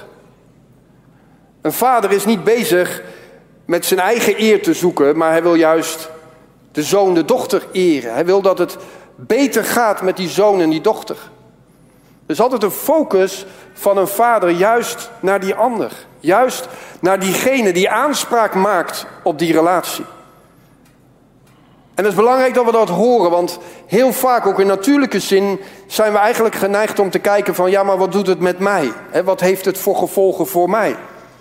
Een vader is niet bezig met zijn eigen eer te zoeken, maar hij wil juist de zoon de dochter eren. Hij wil dat het beter gaat met die zoon en die dochter. Er is altijd een focus van een vader juist naar die ander. Juist naar diegene die aanspraak maakt op die relatie. En het is belangrijk dat we dat horen, want heel vaak, ook in natuurlijke zin, zijn we eigenlijk geneigd om te kijken van, ja, maar wat doet het met mij? He, wat heeft het voor gevolgen voor mij?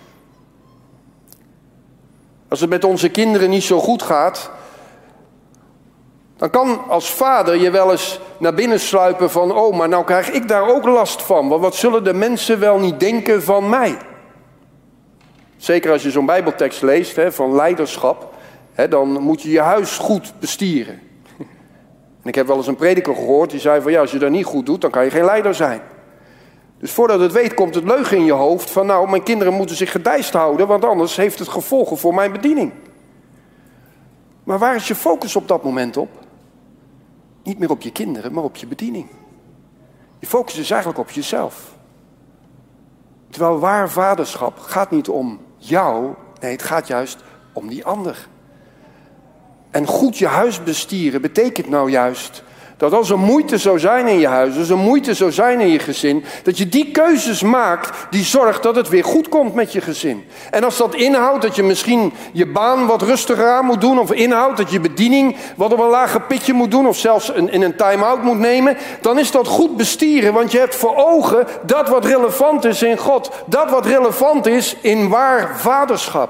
Als het met onze kinderen niet zo goed gaat, dan kan als vader je wel eens naar binnen sluipen van, oh, maar nou krijg ik daar ook last van. Want wat zullen de mensen wel niet denken van mij? Zeker als je zo'n Bijbeltekst leest hè, van leiderschap, hè, dan moet je je huis goed bestieren. En ik heb wel eens een prediker gehoord die zei van, ja, als je dat niet goed doet, dan kan je geen leider zijn. Dus voordat het weet komt het leugen in je hoofd van, nou, mijn kinderen moeten zich gedijst houden, want anders heeft het gevolgen voor mijn bediening. Maar waar is je focus op dat moment op? Niet meer op je kinderen, maar op je bediening. Je focus is eigenlijk op jezelf. Terwijl waar vaderschap gaat niet om jou, nee, het gaat juist om die ander. En goed je huis bestieren betekent nou juist dat als er moeite zou zijn in je huis, als er moeite zou zijn in je gezin, dat je die keuzes maakt die zorgt dat het weer goed komt met je gezin. En als dat inhoudt dat je misschien je baan wat rustiger aan moet doen, of inhoudt dat je bediening wat op een lager pitje moet doen, of zelfs een, in een time-out moet nemen, dan is dat goed bestieren, want je hebt voor ogen dat wat relevant is in God, dat wat relevant is in waar vaderschap.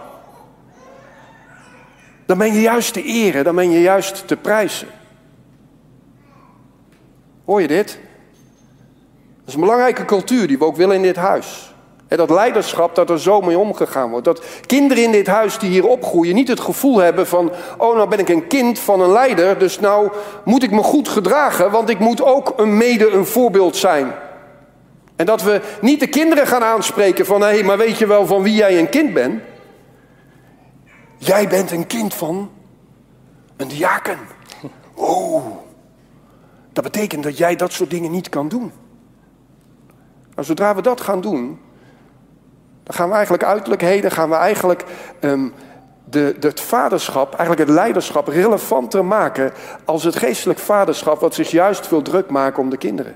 Dan ben je juist te eren, dan ben je juist te prijzen. Hoor je dit? Dat is een belangrijke cultuur die we ook willen in dit huis. En dat leiderschap, dat er zo mee omgegaan wordt. Dat kinderen in dit huis die hier opgroeien niet het gevoel hebben van, oh, nou ben ik een kind van een leider, dus nou moet ik me goed gedragen, want ik moet ook een mede een voorbeeld zijn. En dat we niet de kinderen gaan aanspreken van, hé, hey, maar weet je wel van wie jij een kind bent? Jij bent een kind van een diaken. Oh. Dat betekent dat jij dat soort dingen niet kan doen. Maar zodra we dat gaan doen, dan gaan we eigenlijk uiterlijkheden, gaan we eigenlijk um, de, de, het vaderschap, eigenlijk het leiderschap relevanter maken als het geestelijk vaderschap wat zich juist wil druk maken om de kinderen.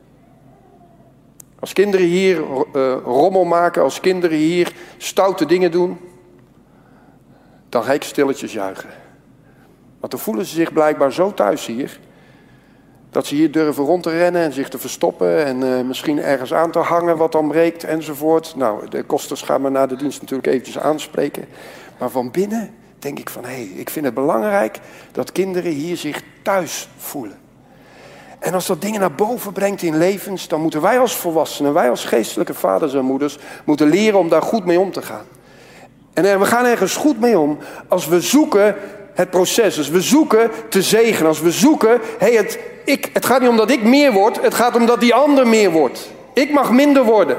Als kinderen hier uh, rommel maken, als kinderen hier stoute dingen doen, dan ga ik stilletjes juichen. Want dan voelen ze zich blijkbaar zo thuis hier, dat ze hier durven rond te rennen en zich te verstoppen en uh, misschien ergens aan te hangen wat dan breekt enzovoort. Nou, de kosters gaan me na de dienst natuurlijk eventjes aanspreken. Maar van binnen denk ik van, hé, hey, ik vind het belangrijk dat kinderen hier zich thuis voelen. En als dat dingen naar boven brengt in levens, dan moeten wij als volwassenen, wij als geestelijke vaders en moeders, moeten leren om daar goed mee om te gaan. En we gaan ergens goed mee om als we zoeken het proces, als we zoeken te zegenen, als we zoeken, hey, het, ik, het gaat niet om dat ik meer word, het gaat om dat die ander meer wordt. Ik mag minder worden.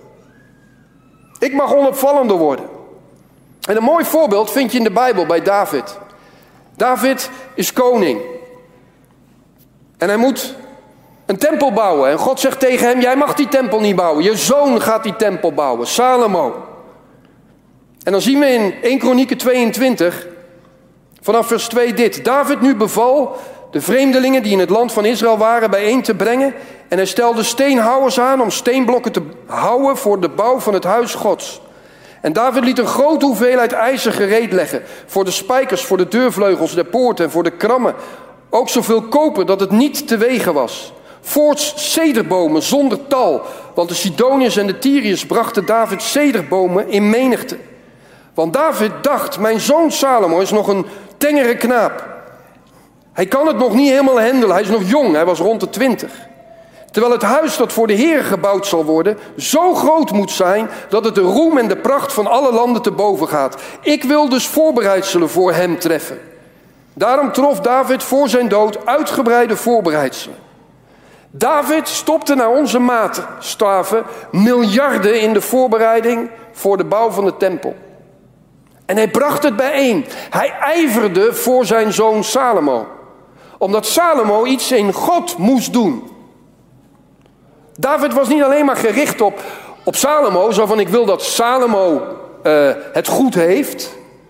Ik mag onopvallender worden. En een mooi voorbeeld vind je in de Bijbel bij David. David is koning. En hij moet een tempel bouwen. En God zegt tegen hem, jij mag die tempel niet bouwen. Je zoon gaat die tempel bouwen, Salomo. En dan zien we in Eerste Kronieken tweeëntwintig, vanaf vers twee dit. David nu beval de vreemdelingen die in het land van Israël waren bijeen te brengen. En hij stelde steenhouwers aan om steenblokken te houwen voor de bouw van het huis Gods. En David liet een grote hoeveelheid ijzer gereed leggen. Voor de spijkers, voor de deurvleugels der poorten en voor de krammen. Ook zoveel koper dat het niet te wegen was. Voorts cederbomen zonder tal. Want de Sidoniërs en de Tyriërs brachten David cederbomen in menigte. Want David dacht, mijn zoon Salomo is nog een tengere knaap. Hij kan het nog niet helemaal handelen, hij is nog jong, hij was rond de twintig. Terwijl het huis dat voor de Heer gebouwd zal worden, zo groot moet zijn, dat het de roem en de pracht van alle landen te boven gaat. Ik wil dus voorbereidselen voor hem treffen. Daarom trof David voor zijn dood uitgebreide voorbereidselen. David stopte naar onze maatstaven miljarden in de voorbereiding voor de bouw van de tempel. En hij bracht het bijeen. Hij ijverde voor zijn zoon Salomo. Omdat Salomo iets in God moest doen. David was niet alleen maar gericht op, op Salomo. Zo van, ik wil dat Salomo uh, het goed heeft.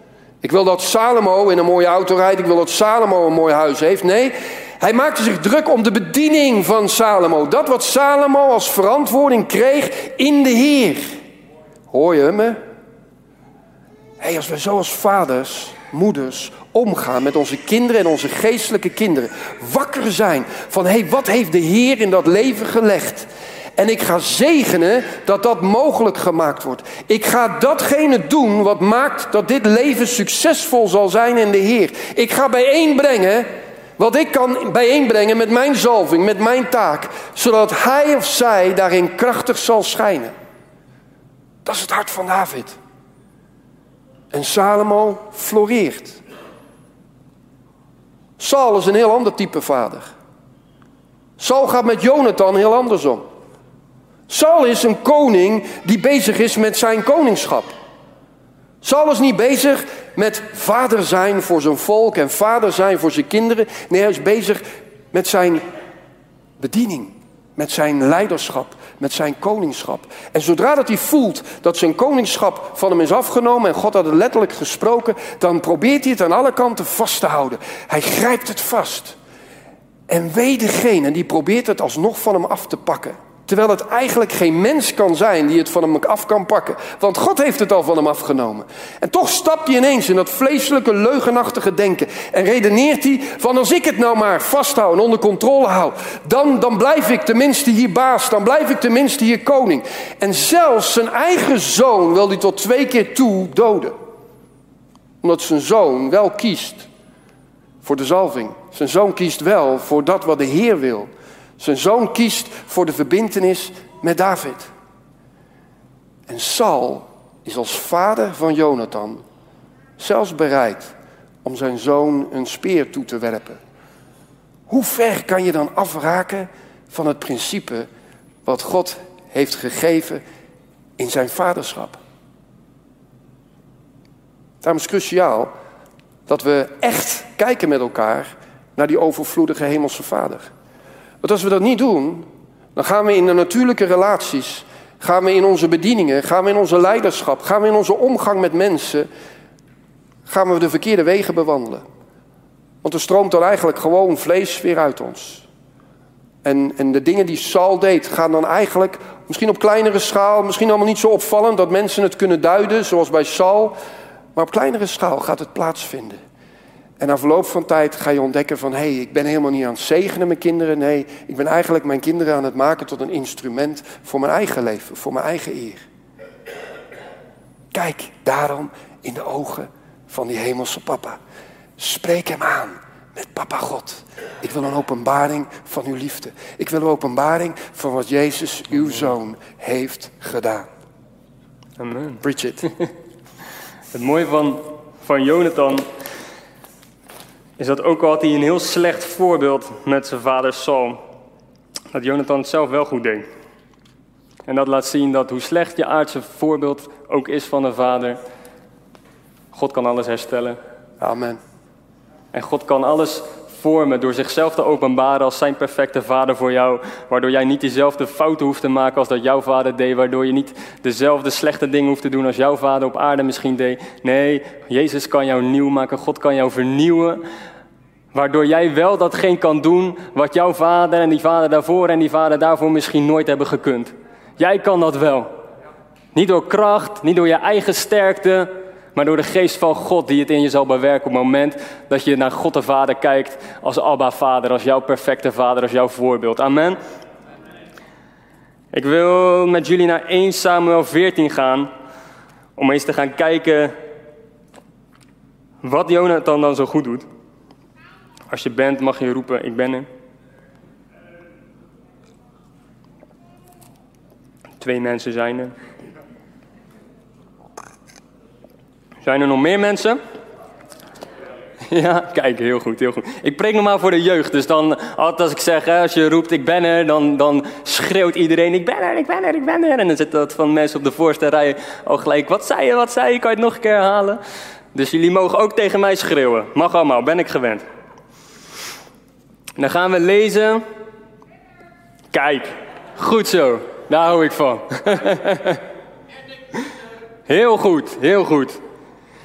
Ik wil dat Salomo in een mooie auto rijdt. Ik wil dat Salomo een mooi huis heeft. Nee, hij maakte zich druk om de bediening van Salomo. Dat wat Salomo als verantwoording kreeg in de Heer. Hoor je me? Hey, als we zo als vaders, moeders omgaan met onze kinderen en onze geestelijke kinderen. Wakker zijn van, hey, wat heeft de Heer in dat leven gelegd? En ik ga zegenen dat dat mogelijk gemaakt wordt. Ik ga datgene doen wat maakt dat dit leven succesvol zal zijn in de Heer. Ik ga bijeenbrengen wat ik kan bijeenbrengen met mijn zalving, met mijn taak. Zodat hij of zij daarin krachtig zal schijnen. Dat is het hart van David. En Salomo floreert. Saul is een heel ander type vader. Saul gaat met Jonathan heel anders om. Saul is een koning die bezig is met zijn koningschap. Saul is niet bezig met vader zijn voor zijn volk en vader zijn voor zijn kinderen. Nee, hij is bezig met zijn bediening, met zijn leiderschap, met zijn koningschap. En zodra dat hij voelt dat zijn koningschap van hem is afgenomen en God had het letterlijk gesproken, dan probeert hij het aan alle kanten vast te houden. Hij grijpt het vast. En wee degene die probeert het alsnog van hem af te pakken. Terwijl het eigenlijk geen mens kan zijn die het van hem af kan pakken. Want God heeft het al van hem afgenomen. En toch stapt hij ineens in dat vleeselijke, leugenachtige denken. En redeneert hij van, als ik het nou maar vasthoud en onder controle hou. Dan, dan blijf ik tenminste hier baas. Dan blijf ik tenminste hier koning. En zelfs zijn eigen zoon wil hij tot twee keer toe doden. Omdat zijn zoon wel kiest voor de zalving. Zijn zoon kiest wel voor dat wat de Heer wil. Zijn zoon kiest voor de verbintenis met David. En Saul is als vader van Jonathan zelfs bereid om zijn zoon een speer toe te werpen. Hoe ver kan je dan afraken van het principe wat God heeft gegeven in zijn vaderschap? Daarom is het cruciaal dat we echt kijken met elkaar naar die overvloedige hemelse vader. Want als we dat niet doen, dan gaan we in de natuurlijke relaties, gaan we in onze bedieningen, gaan we in onze leiderschap, gaan we in onze omgang met mensen, gaan we de verkeerde wegen bewandelen. Want er stroomt dan eigenlijk gewoon vlees weer uit ons. En, en de dingen die Saul deed, gaan dan eigenlijk, misschien op kleinere schaal, misschien allemaal niet zo opvallend dat mensen het kunnen duiden, zoals bij Saul. Maar op kleinere schaal gaat het plaatsvinden. En na verloop van tijd ga je ontdekken van, hé, hey, ik ben helemaal niet aan het zegenen mijn kinderen. Nee, ik ben eigenlijk mijn kinderen aan het maken tot een instrument voor mijn eigen leven, voor mijn eigen eer. Kijk daarom in de ogen van die hemelse papa. Spreek hem aan met papa God. Ik wil een openbaring van uw liefde. Ik wil een openbaring van wat Jezus, uw zoon, heeft gedaan. Amen. Bridget. Het mooie van, van Jonathan is dat ook al had hij een heel slecht voorbeeld met zijn vader Saul, dat Jonathan het zelf wel goed deed. En dat laat zien dat hoe slecht je aardse voorbeeld ook is van een vader, God kan alles herstellen. Amen. En God kan alles vormen door zichzelf te openbaren als zijn perfecte vader voor jou. Waardoor jij niet dezelfde fouten hoeft te maken als dat jouw vader deed. Waardoor je niet dezelfde slechte dingen hoeft te doen als jouw vader op aarde misschien deed. Nee, Jezus kan jou nieuw maken. God kan jou vernieuwen. Waardoor jij wel datgene kan doen wat jouw vader en die vader daarvoor en die vader daarvoor misschien nooit hebben gekund. Jij kan dat wel. Niet door kracht, niet door je eigen sterkte, maar door de geest van God die het in je zal bewerken op het moment dat je naar God de Vader kijkt als Abba Vader, als jouw perfecte vader, als jouw voorbeeld. Amen. Ik wil met jullie naar eerste Samuel veertien gaan, om eens te gaan kijken wat Jonathan dan zo goed doet. Als je bent mag je roepen, ik ben er. Twee mensen zijn er. Zijn er nog meer mensen? Ja, kijk, heel goed, heel goed. Ik preek normaal voor de jeugd, dus dan, altijd als ik zeg, hè, als je roept, ik ben er, dan, dan schreeuwt iedereen, ik ben er, ik ben er, ik ben er. En dan zitten dat van mensen op de voorste rij al gelijk, wat zei je, wat zei je, kan je het nog een keer herhalen? Dus jullie mogen ook tegen mij schreeuwen. Mag allemaal, ben ik gewend. Dan gaan we lezen. Kijk, goed zo, daar hou ik van. Heel goed, heel goed.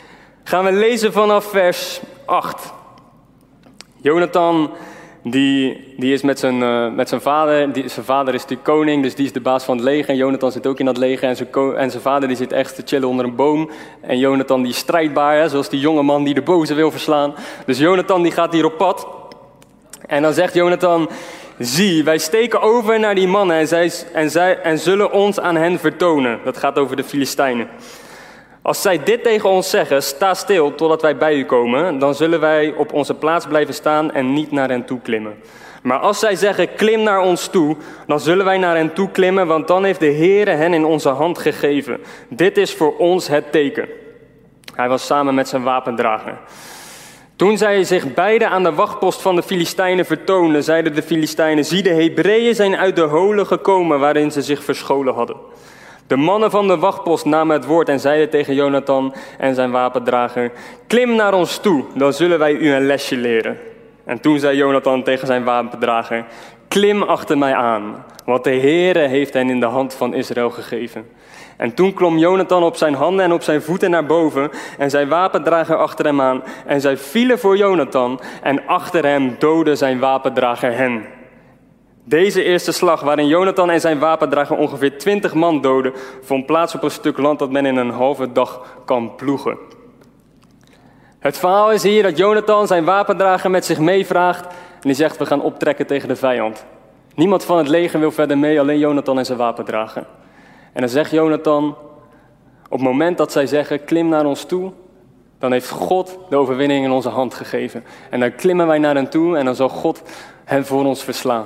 gaan we lezen vanaf vers acht. Jonathan, die, die is met zijn, uh, met zijn vader. Die, zijn vader is de koning, dus die is de baas van het leger. En Jonathan zit ook in dat leger. En zijn, ko- en zijn vader die zit echt te chillen onder een boom. En Jonathan die is strijdbaar, hè, zoals die jonge man die de boze wil verslaan. Dus Jonathan die gaat hier op pad. En dan zegt Jonathan: zie, wij steken over naar die mannen en, zij, en, zij, en zullen ons aan hen vertonen. Dat gaat over de Filistijnen. Als zij dit tegen ons zeggen, sta stil totdat wij bij u komen, dan zullen wij op onze plaats blijven staan en niet naar hen toe klimmen. Maar als zij zeggen, klim naar ons toe, dan zullen wij naar hen toe klimmen, want dan heeft de Heere hen in onze hand gegeven. Dit is voor ons het teken. Hij was samen met zijn wapendrager. Toen zij zich beiden aan de wachtpost van de Filistijnen vertoonden, zeiden de Filistijnen: zie, de Hebreeën zijn uit de holen gekomen waarin ze zich verscholen hadden. De mannen van de wachtpost namen het woord en zeiden tegen Jonathan en zijn wapendrager: klim naar ons toe, dan zullen wij u een lesje leren. En toen zei Jonathan tegen zijn wapendrager: klim achter mij aan, want de Heere heeft hen in de hand van Israël gegeven. En toen klom Jonathan op zijn handen en op zijn voeten naar boven en zijn wapendrager achter hem aan. En zij vielen voor Jonathan en achter hem doodde zijn wapendrager hen. Deze eerste slag, waarin Jonathan en zijn wapendrager ongeveer twintig man doden, vond plaats op een stuk land dat men in een halve dag kan ploegen. Het verhaal is hier dat Jonathan zijn wapendrager met zich meevraagt en die zegt: we gaan optrekken tegen de vijand. Niemand van het leger wil verder mee, alleen Jonathan en zijn wapendrager. En dan zegt Jonathan, op het moment dat zij zeggen, klim naar ons toe, dan heeft God de overwinning in onze hand gegeven. En dan klimmen wij naar hen toe en dan zal God hen voor ons verslaan.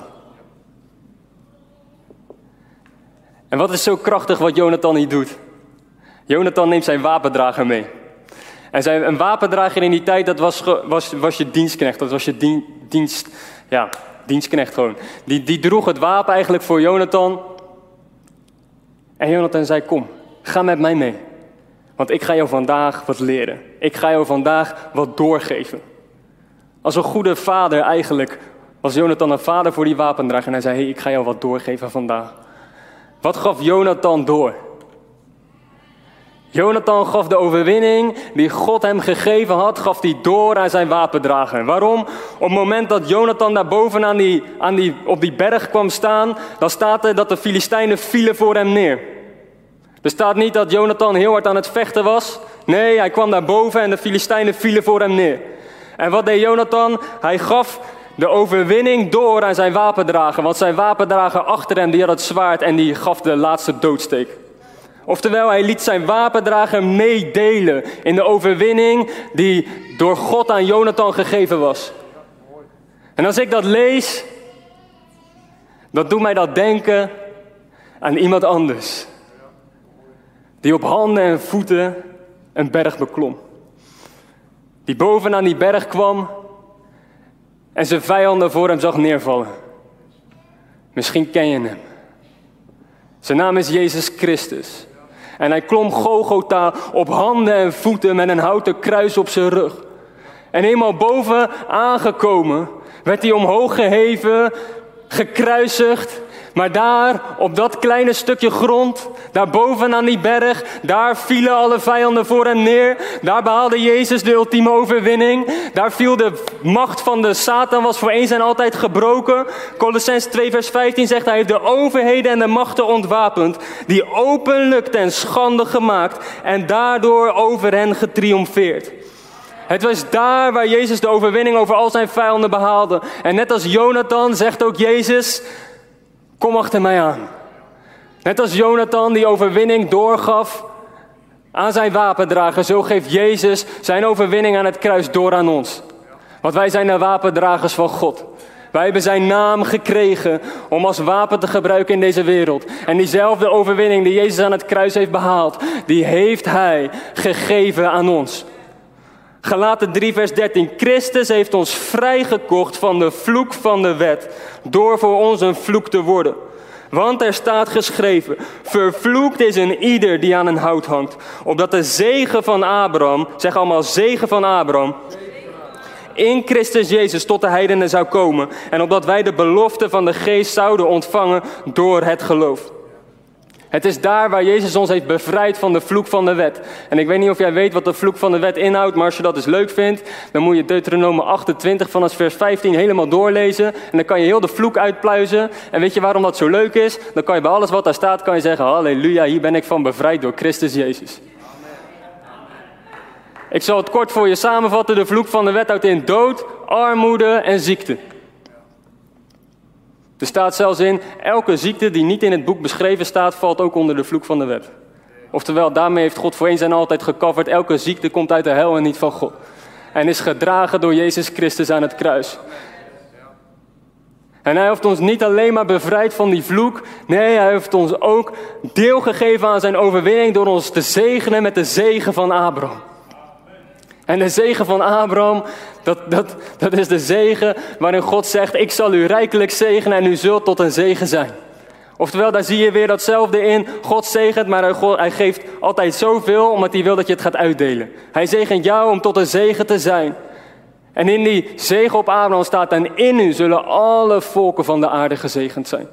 En wat is zo krachtig wat Jonathan hier doet? Jonathan neemt zijn wapendrager mee. En zijn, een wapendrager in die tijd, dat was, was, was je dienstknecht. Dat was je dien, dienst, ja, dienstknecht gewoon. Die, die droeg het wapen eigenlijk voor Jonathan. En Jonathan zei: kom, ga met mij mee. Want ik ga jou vandaag wat leren. Ik ga jou vandaag wat doorgeven. Als een goede vader eigenlijk was Jonathan een vader voor die wapendrager. En hij zei: hey, ik ga jou wat doorgeven vandaag. Wat gaf Jonathan door? Jonathan gaf de overwinning die God hem gegeven had, gaf hij door aan zijn wapendrager. Waarom? Op het moment dat Jonathan daar boven aan die, aan die, op die berg kwam staan, dan staat er dat de Filistijnen vielen voor hem neer. Er staat niet dat Jonathan heel hard aan het vechten was. Nee, hij kwam daar boven en de Filistijnen vielen voor hem neer. En wat deed Jonathan? Hij gaf de overwinning door aan zijn wapendrager. Want zijn wapendrager achter hem, die had het zwaard en die gaf de laatste doodsteek. Oftewel, hij liet zijn wapendrager meedelen in de overwinning die door God aan Jonathan gegeven was. En als ik dat lees, dan doet mij dat denken aan iemand anders. Die op handen en voeten een berg beklom. Die bovenaan die berg kwam en zijn vijanden voor hem zag neervallen. Misschien ken je hem. Zijn naam is Jezus Christus. En hij klom Golgotha op handen en voeten met een houten kruis op zijn rug. En eenmaal boven aangekomen werd hij omhoog geheven, gekruisigd. Maar daar, op dat kleine stukje grond, daar boven aan die berg, daar vielen alle vijanden voor hem neer. Daar behaalde Jezus de ultieme overwinning. Daar viel de macht van de Satan, was voor eens en altijd gebroken. Colossenzen twee vers vijftien zegt: hij heeft de overheden en de machten ontwapend, die openlijk ten schande gemaakt en daardoor over hen getriomfeerd. Het was daar waar Jezus de overwinning over al zijn vijanden behaalde. En net als Jonathan zegt ook Jezus: kom achter mij aan. Net als Jonathan die overwinning doorgaf aan zijn wapendrager, zo geeft Jezus zijn overwinning aan het kruis door aan ons. Want wij zijn de wapendragers van God. Wij hebben zijn naam gekregen om als wapen te gebruiken in deze wereld. En diezelfde overwinning die Jezus aan het kruis heeft behaald, die heeft hij gegeven aan ons. Galaten drie vers dertien. Christus heeft ons vrijgekocht van de vloek van de wet, door voor ons een vloek te worden. Want er staat geschreven: vervloekt is een ieder die aan een hout hangt, opdat de zegen van Abraham, zeg allemaal zegen van Abraham, in Christus Jezus tot de heidenen zou komen. En opdat wij de belofte van de geest zouden ontvangen door het geloof. Het is daar waar Jezus ons heeft bevrijd van de vloek van de wet. En ik weet niet of jij weet wat de vloek van de wet inhoudt, maar als je dat eens leuk vindt, dan moet je Deuteronomium achtentwintig vanaf vers vijftien helemaal doorlezen. En dan kan je heel de vloek uitpluizen. En weet je waarom dat zo leuk is? Dan kan je bij alles wat daar staat, kan je zeggen, halleluja, hier ben ik van bevrijd door Christus Jezus. Ik zal het kort voor je samenvatten. De vloek van de wet houdt in dood, armoede en ziekte. Er staat zelfs in, elke ziekte die niet in het boek beschreven staat, valt ook onder de vloek van de wet. Oftewel, daarmee heeft God voor eens en altijd gecoverd, elke ziekte komt uit de hel en niet van God. En is gedragen door Jezus Christus aan het kruis. En hij heeft ons niet alleen maar bevrijd van die vloek, nee, hij heeft ons ook deel gegeven aan zijn overwinning door ons te zegenen met de zegen van Abraham. En de zegen van Abraham, dat, dat, dat is de zegen waarin God zegt, ik zal u rijkelijk zegenen en u zult tot een zegen zijn. Oftewel, daar zie je weer datzelfde in. God zegent, maar hij, God, hij geeft altijd zoveel omdat hij wil dat je het gaat uitdelen. Hij zegent jou om tot een zegen te zijn. En in die zegen op Abraham staat, en in u zullen alle volken van de aarde gezegend zijn.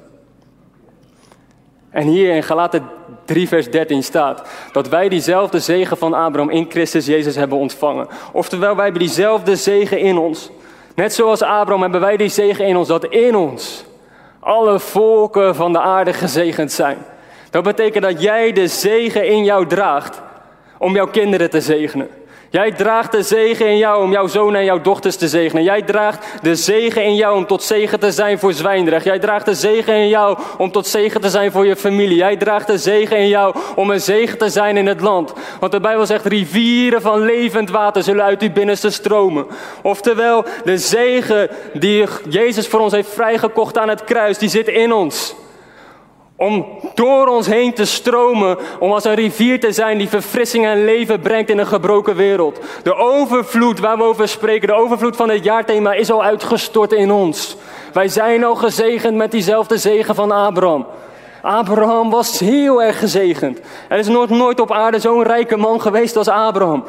En hier in Galaten drie vers dertien staat dat wij diezelfde zegen van Abraham in Christus Jezus hebben ontvangen. Oftewel, wij hebben diezelfde zegen in ons. Net zoals Abraham hebben wij die zegen in ons, dat in ons alle volken van de aarde gezegend zijn. Dat betekent dat jij de zegen in jou draagt om jouw kinderen te zegenen. Jij draagt de zegen in jou om jouw zoon en jouw dochters te zegenen. Jij draagt de zegen in jou om tot zegen te zijn voor Zwijndrecht. Jij draagt de zegen in jou om tot zegen te zijn voor je familie. Jij draagt de zegen in jou om een zegen te zijn in het land. Want de Bijbel zegt, rivieren van levend water zullen uit uw binnenste stromen. Oftewel, de zegen die Jezus voor ons heeft vrijgekocht aan het kruis, die zit in ons. Om door ons heen te stromen, om als een rivier te zijn die verfrissing en leven brengt in een gebroken wereld. De overvloed waar we over spreken, de overvloed van dit jaarthema is al uitgestort in ons. Wij zijn al gezegend met diezelfde zegen van Abraham. Abraham was heel erg gezegend. Er is nooit, nooit op aarde zo'n rijke man geweest als Abraham.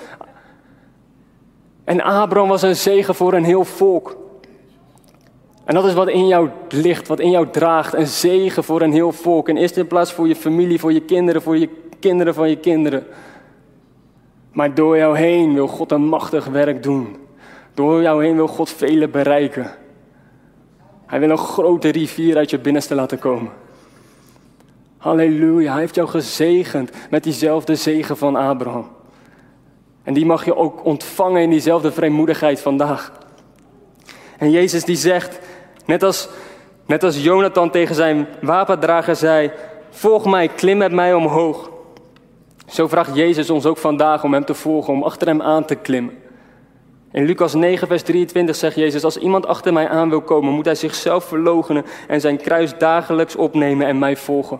En Abraham was een zegen voor een heel volk. En dat is wat in jou ligt, wat in jou draagt. Een zegen voor een heel volk. In eerste plaats voor je familie, voor je kinderen, voor je kinderen van je kinderen. Maar door jou heen wil God een machtig werk doen. Door jou heen wil God velen bereiken. Hij wil een grote rivier uit je binnenste laten komen. Halleluja, hij heeft jou gezegend met diezelfde zegen van Abraham. En die mag je ook ontvangen in diezelfde vrijmoedigheid vandaag. En Jezus die zegt, net als, net als Jonathan tegen zijn wapendrager zei, volg mij, klim met mij omhoog. Zo vraagt Jezus ons ook vandaag om hem te volgen, om achter hem aan te klimmen. In Lucas negen vers drieëntwintig zegt Jezus, als iemand achter mij aan wil komen, moet hij zichzelf verloochenen en zijn kruis dagelijks opnemen en mij volgen.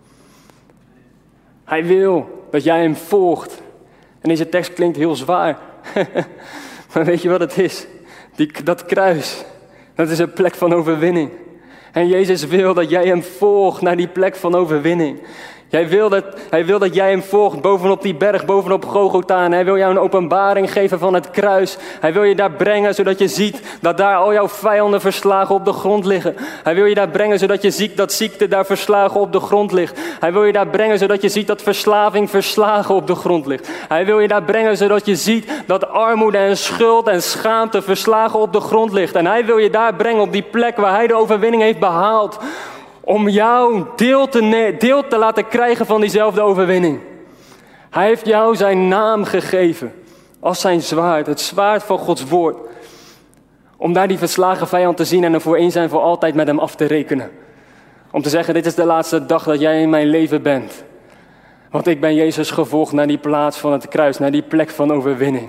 Hij wil dat jij hem volgt. En deze tekst klinkt heel zwaar. Maar weet je wat het is? Die, dat kruis, dat is een plek van overwinning. En Jezus wil dat jij hem volgt naar die plek van overwinning. Jij wil dat, hij wil dat jij hem volgt bovenop die berg, bovenop Golgotha. En hij wil jou een openbaring geven van het kruis. Hij wil je daar brengen, zodat je ziet dat daar al jouw vijanden verslagen op de grond liggen. Hij wil je daar brengen, zodat je ziet dat ziekte daar verslagen op de grond ligt. Hij wil je daar brengen, zodat je ziet dat verslaving verslagen op de grond ligt. Hij wil je daar brengen, zodat je ziet dat armoede en schuld en schaamte verslagen op de grond ligt. En hij wil je daar brengen op die plek waar hij de overwinning heeft behaald. Om jou deel te, ne- deel te laten krijgen van diezelfde overwinning. Hij heeft jou zijn naam gegeven. Als zijn zwaard. Het zwaard van Gods woord. Om daar die verslagen vijand te zien en er voor eens en voor altijd met hem af te rekenen. Om te zeggen, dit is de laatste dag dat jij in mijn leven bent. Want ik ben Jezus gevolgd naar die plaats van het kruis. Naar die plek van overwinning.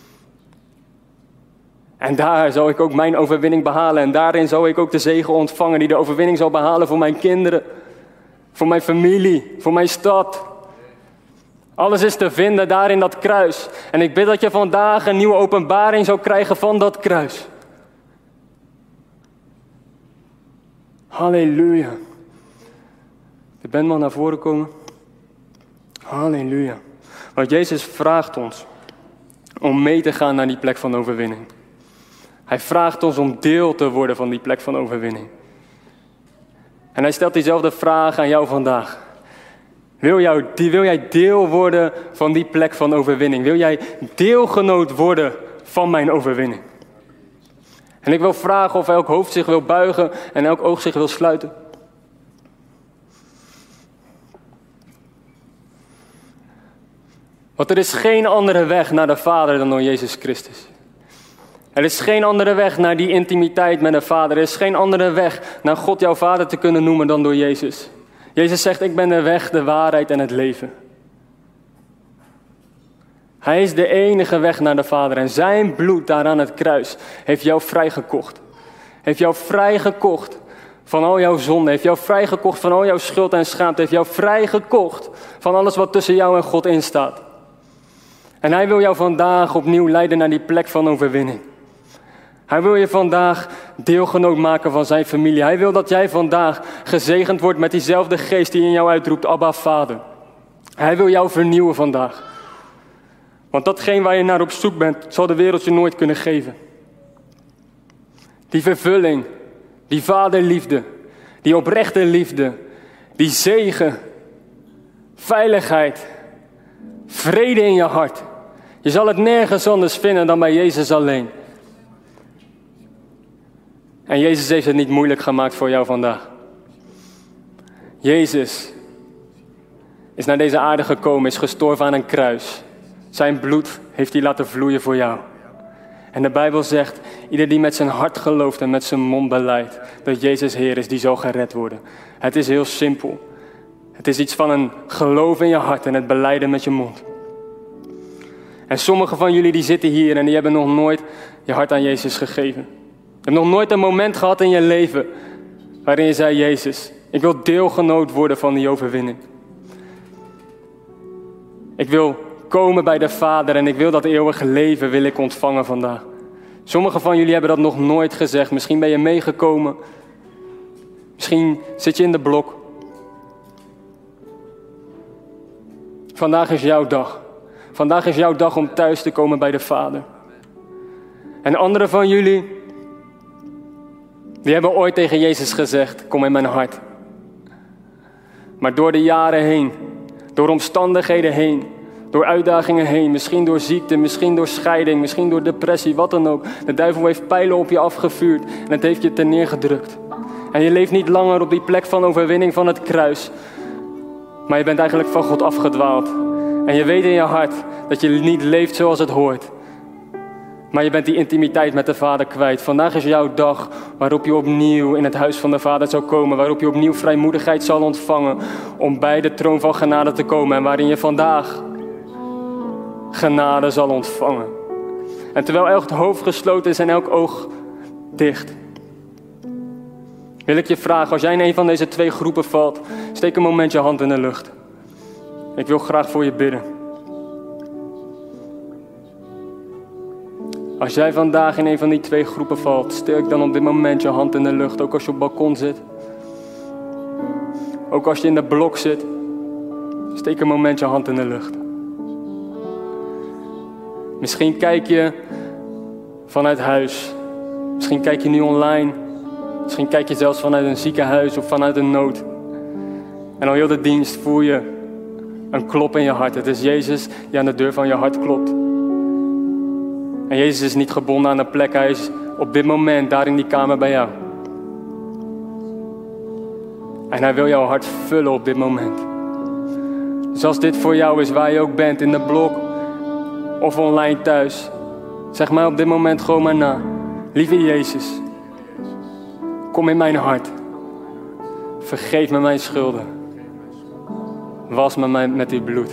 En daar zal ik ook mijn overwinning behalen. En daarin zal ik ook de zegen ontvangen die de overwinning zal behalen voor mijn kinderen. Voor mijn familie. Voor mijn stad. Alles is te vinden daar in dat kruis. En ik bid dat je vandaag een nieuwe openbaring zal krijgen van dat kruis. Halleluja. De band mag naar voren komen. Halleluja. Want Jezus vraagt ons om mee te gaan naar die plek van overwinning. Hij vraagt ons om deel te worden van die plek van overwinning. En hij stelt diezelfde vraag aan jou vandaag. Wil, jou, die, wil jij deel worden van die plek van overwinning? Wil jij deelgenoot worden van mijn overwinning? En ik wil vragen of elk hoofd zich wil buigen en elk oog zich wil sluiten. Want er is geen andere weg naar de Vader dan door Jezus Christus. Er is geen andere weg naar die intimiteit met de Vader. Er is geen andere weg naar God jouw Vader te kunnen noemen dan door Jezus. Jezus zegt, ik ben de weg, de waarheid en het leven. Hij is de enige weg naar de Vader. En zijn bloed daar aan het kruis heeft jou vrijgekocht. Heeft jou vrijgekocht van al jouw zonde. Heeft jou vrijgekocht van al jouw schuld en schaamte. Heeft jou vrijgekocht van alles wat tussen jou en God instaat. En hij wil jou vandaag opnieuw leiden naar die plek van overwinning. Hij wil je vandaag deelgenoot maken van zijn familie. Hij wil dat jij vandaag gezegend wordt met diezelfde geest die in jou uitroept, Abba, Vader. Hij wil jou vernieuwen vandaag. Want datgene waar je naar op zoek bent, zal de wereld je nooit kunnen geven. Die vervulling, die vaderliefde, die oprechte liefde, die zegen, veiligheid, vrede in je hart. Je zal het nergens anders vinden dan bij Jezus alleen. En Jezus heeft het niet moeilijk gemaakt voor jou vandaag. Jezus is naar deze aarde gekomen, is gestorven aan een kruis. Zijn bloed heeft hij laten vloeien voor jou. En de Bijbel zegt, ieder die met zijn hart gelooft en met zijn mond belijdt dat Jezus Heer is, die zal gered worden. Het is heel simpel. Het is iets van een geloof in je hart en het belijden met je mond. En sommigen van jullie die zitten hier en die hebben nog nooit je hart aan Jezus gegeven. Je hebt nog nooit een moment gehad in je leven waarin je zei, Jezus, ik wil deelgenoot worden van die overwinning. Ik wil komen bij de Vader en ik wil dat eeuwige leven wil ik ontvangen vandaag. Sommigen van jullie hebben dat nog nooit gezegd. Misschien ben je meegekomen. Misschien zit je in de blok. Vandaag is jouw dag. Vandaag is jouw dag om thuis te komen bij de Vader. En anderen van jullie, die hebben ooit tegen Jezus gezegd, kom in mijn hart. Maar door de jaren heen, door omstandigheden heen, door uitdagingen heen, misschien door ziekte, misschien door scheiding, misschien door depressie, wat dan ook. De duivel heeft pijlen op je afgevuurd en het heeft je ten neergedrukt. En je leeft niet langer op die plek van overwinning van het kruis. Maar je bent eigenlijk van God afgedwaald. En je weet in je hart dat je niet leeft zoals het hoort. Maar je bent die intimiteit met de Vader kwijt. Vandaag is jouw dag waarop je opnieuw in het huis van de Vader zal komen. Waarop je opnieuw vrijmoedigheid zal ontvangen om bij de troon van genade te komen. En waarin je vandaag genade zal ontvangen. En terwijl elk hoofd gesloten is en elk oog dicht, wil ik je vragen, als jij in een van deze twee groepen valt, steek een moment je hand in de lucht. Ik wil graag voor je bidden. Als jij vandaag in een van die twee groepen valt, steek dan op dit moment je hand in de lucht. Ook als je op het balkon zit. Ook als je in de blok zit. Steek een moment je hand in de lucht. Misschien kijk je vanuit huis. Misschien kijk je nu online. Misschien kijk je zelfs vanuit een ziekenhuis of vanuit een nood. En al heel de dienst voel je een klop in je hart. Het is Jezus die aan de deur van je hart klopt. En Jezus is niet gebonden aan een plek. Hij is op dit moment daar in die kamer bij jou. En hij wil jouw hart vullen op dit moment. Dus als dit voor jou is, waar je ook bent, in de blok of online thuis, zeg mij op dit moment gewoon maar na. Lieve Jezus, kom in mijn hart. Vergeef me mijn schulden. Was me met uw bloed.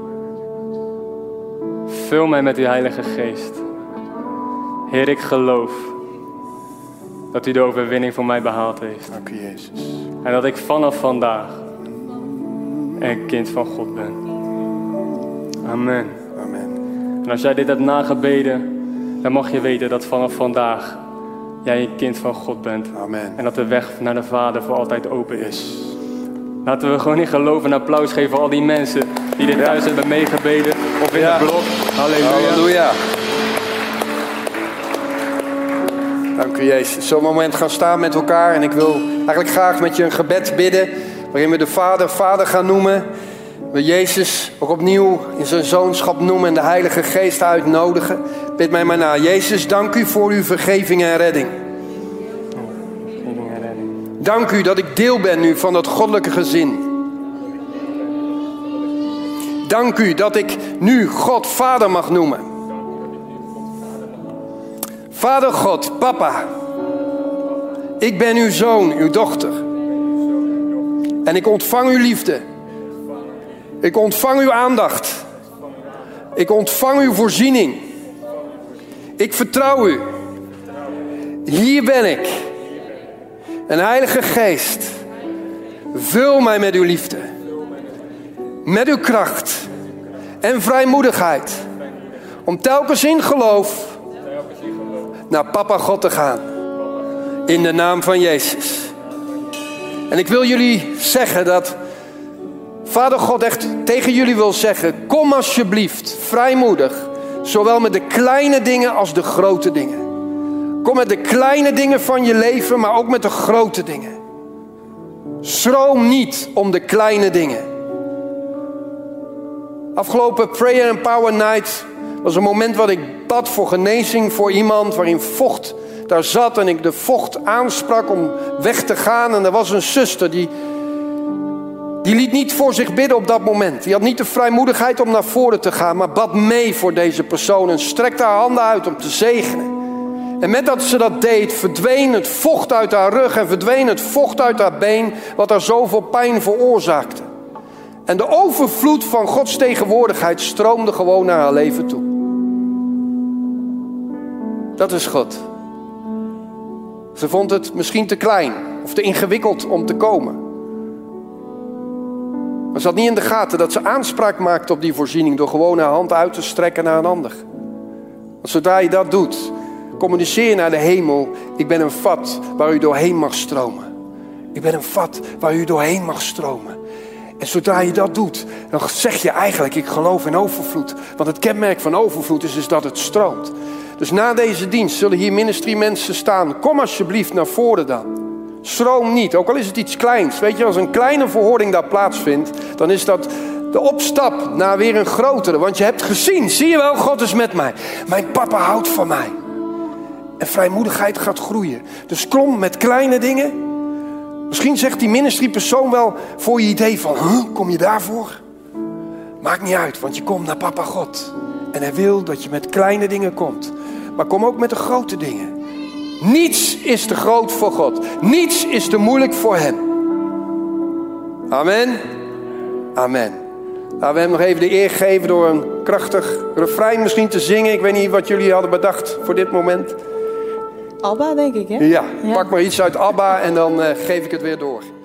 Vul mij met uw Heilige Geest. Heer, ik geloof dat u de overwinning voor mij behaald heeft. Dank u, Jezus. En dat ik vanaf vandaag een kind van God ben. Amen. Amen. En als jij dit hebt nagebeden, dan mag je weten dat vanaf vandaag jij een kind van God bent. Amen. En dat de weg naar de Vader voor altijd open is. Laten we gewoon in geloof een applaus geven voor al die mensen die dit thuis ja. hebben meegebeden. Of in ja. de blok. Halleluja. Halleluja. Dank u, Jezus. Zo'n moment gaan staan met elkaar. En ik wil eigenlijk graag met je een gebed bidden. Waarin we de Vader, Vader gaan noemen. We Jezus ook opnieuw in zijn zoonschap noemen en de Heilige Geest uitnodigen. Bid mij maar na. Jezus, dank u voor uw vergeving en redding. Dank u dat ik deel ben nu van dat goddelijke gezin. Dank u dat ik nu God Vader mag noemen. Vader God, papa. Ik ben uw zoon, uw dochter. En ik ontvang uw liefde. Ik ontvang uw aandacht. Ik ontvang uw voorziening. Ik vertrouw u. Hier ben ik. En Heilige Geest, vul mij met uw liefde. Met uw kracht. En vrijmoedigheid. Om telkens in geloof naar papa God te gaan. In de naam van Jezus. En ik wil jullie zeggen dat Vader God echt tegen jullie wil zeggen, kom alsjeblieft vrijmoedig, zowel met de kleine dingen als de grote dingen. Kom met de kleine dingen van je leven, maar ook met de grote dingen. Schroom niet om de kleine dingen. Afgelopen Prayer and Power Night was een moment wat ik bad voor genezing voor iemand waarin vocht daar zat en ik de vocht aansprak om weg te gaan. En er was een zuster die, die liet niet voor zich bidden op dat moment. Die had niet de vrijmoedigheid om naar voren te gaan, maar bad mee voor deze persoon en strekte haar handen uit om te zegenen. En met dat ze dat deed, verdween het vocht uit haar rug en verdween het vocht uit haar been, wat haar zoveel pijn veroorzaakte. En de overvloed van Gods tegenwoordigheid stroomde gewoon naar haar leven toe. Dat is God. Ze vond het misschien te klein of te ingewikkeld om te komen. Maar ze had niet in de gaten dat ze aanspraak maakte op die voorziening door gewoon haar hand uit te strekken naar een ander. Want zodra je dat doet, communiceer je naar de hemel. Ik ben een vat waar u doorheen mag stromen. Ik ben een vat waar u doorheen mag stromen. En zodra je dat doet, dan zeg je eigenlijk, ik geloof in overvloed. Want het kenmerk van overvloed is, is dat het stroomt. Dus na deze dienst zullen hier ministry mensen staan. Kom alsjeblieft naar voren dan. Schroom niet, ook al is het iets kleins. Weet je, als een kleine verhoording daar plaatsvindt, dan is dat de opstap naar weer een grotere. Want je hebt gezien, zie je wel, God is met mij. Mijn papa houdt van mij. En vrijmoedigheid gaat groeien. Dus kom met kleine dingen. Misschien zegt die ministrypersoon wel voor je idee van, huh, kom je daarvoor? Maakt niet uit, want je komt naar papa God. En hij wil dat je met kleine dingen komt. Maar kom ook met de grote dingen. Niets is te groot voor God. Niets is te moeilijk voor hem. Amen. Amen. Laten we hem nog even de eer geven door een krachtig refrein misschien te zingen. Ik weet niet wat jullie hadden bedacht voor dit moment. Abba, denk ik, hè? Ja, ja. Pak maar iets uit Abba en dan uh, geef ik het weer door.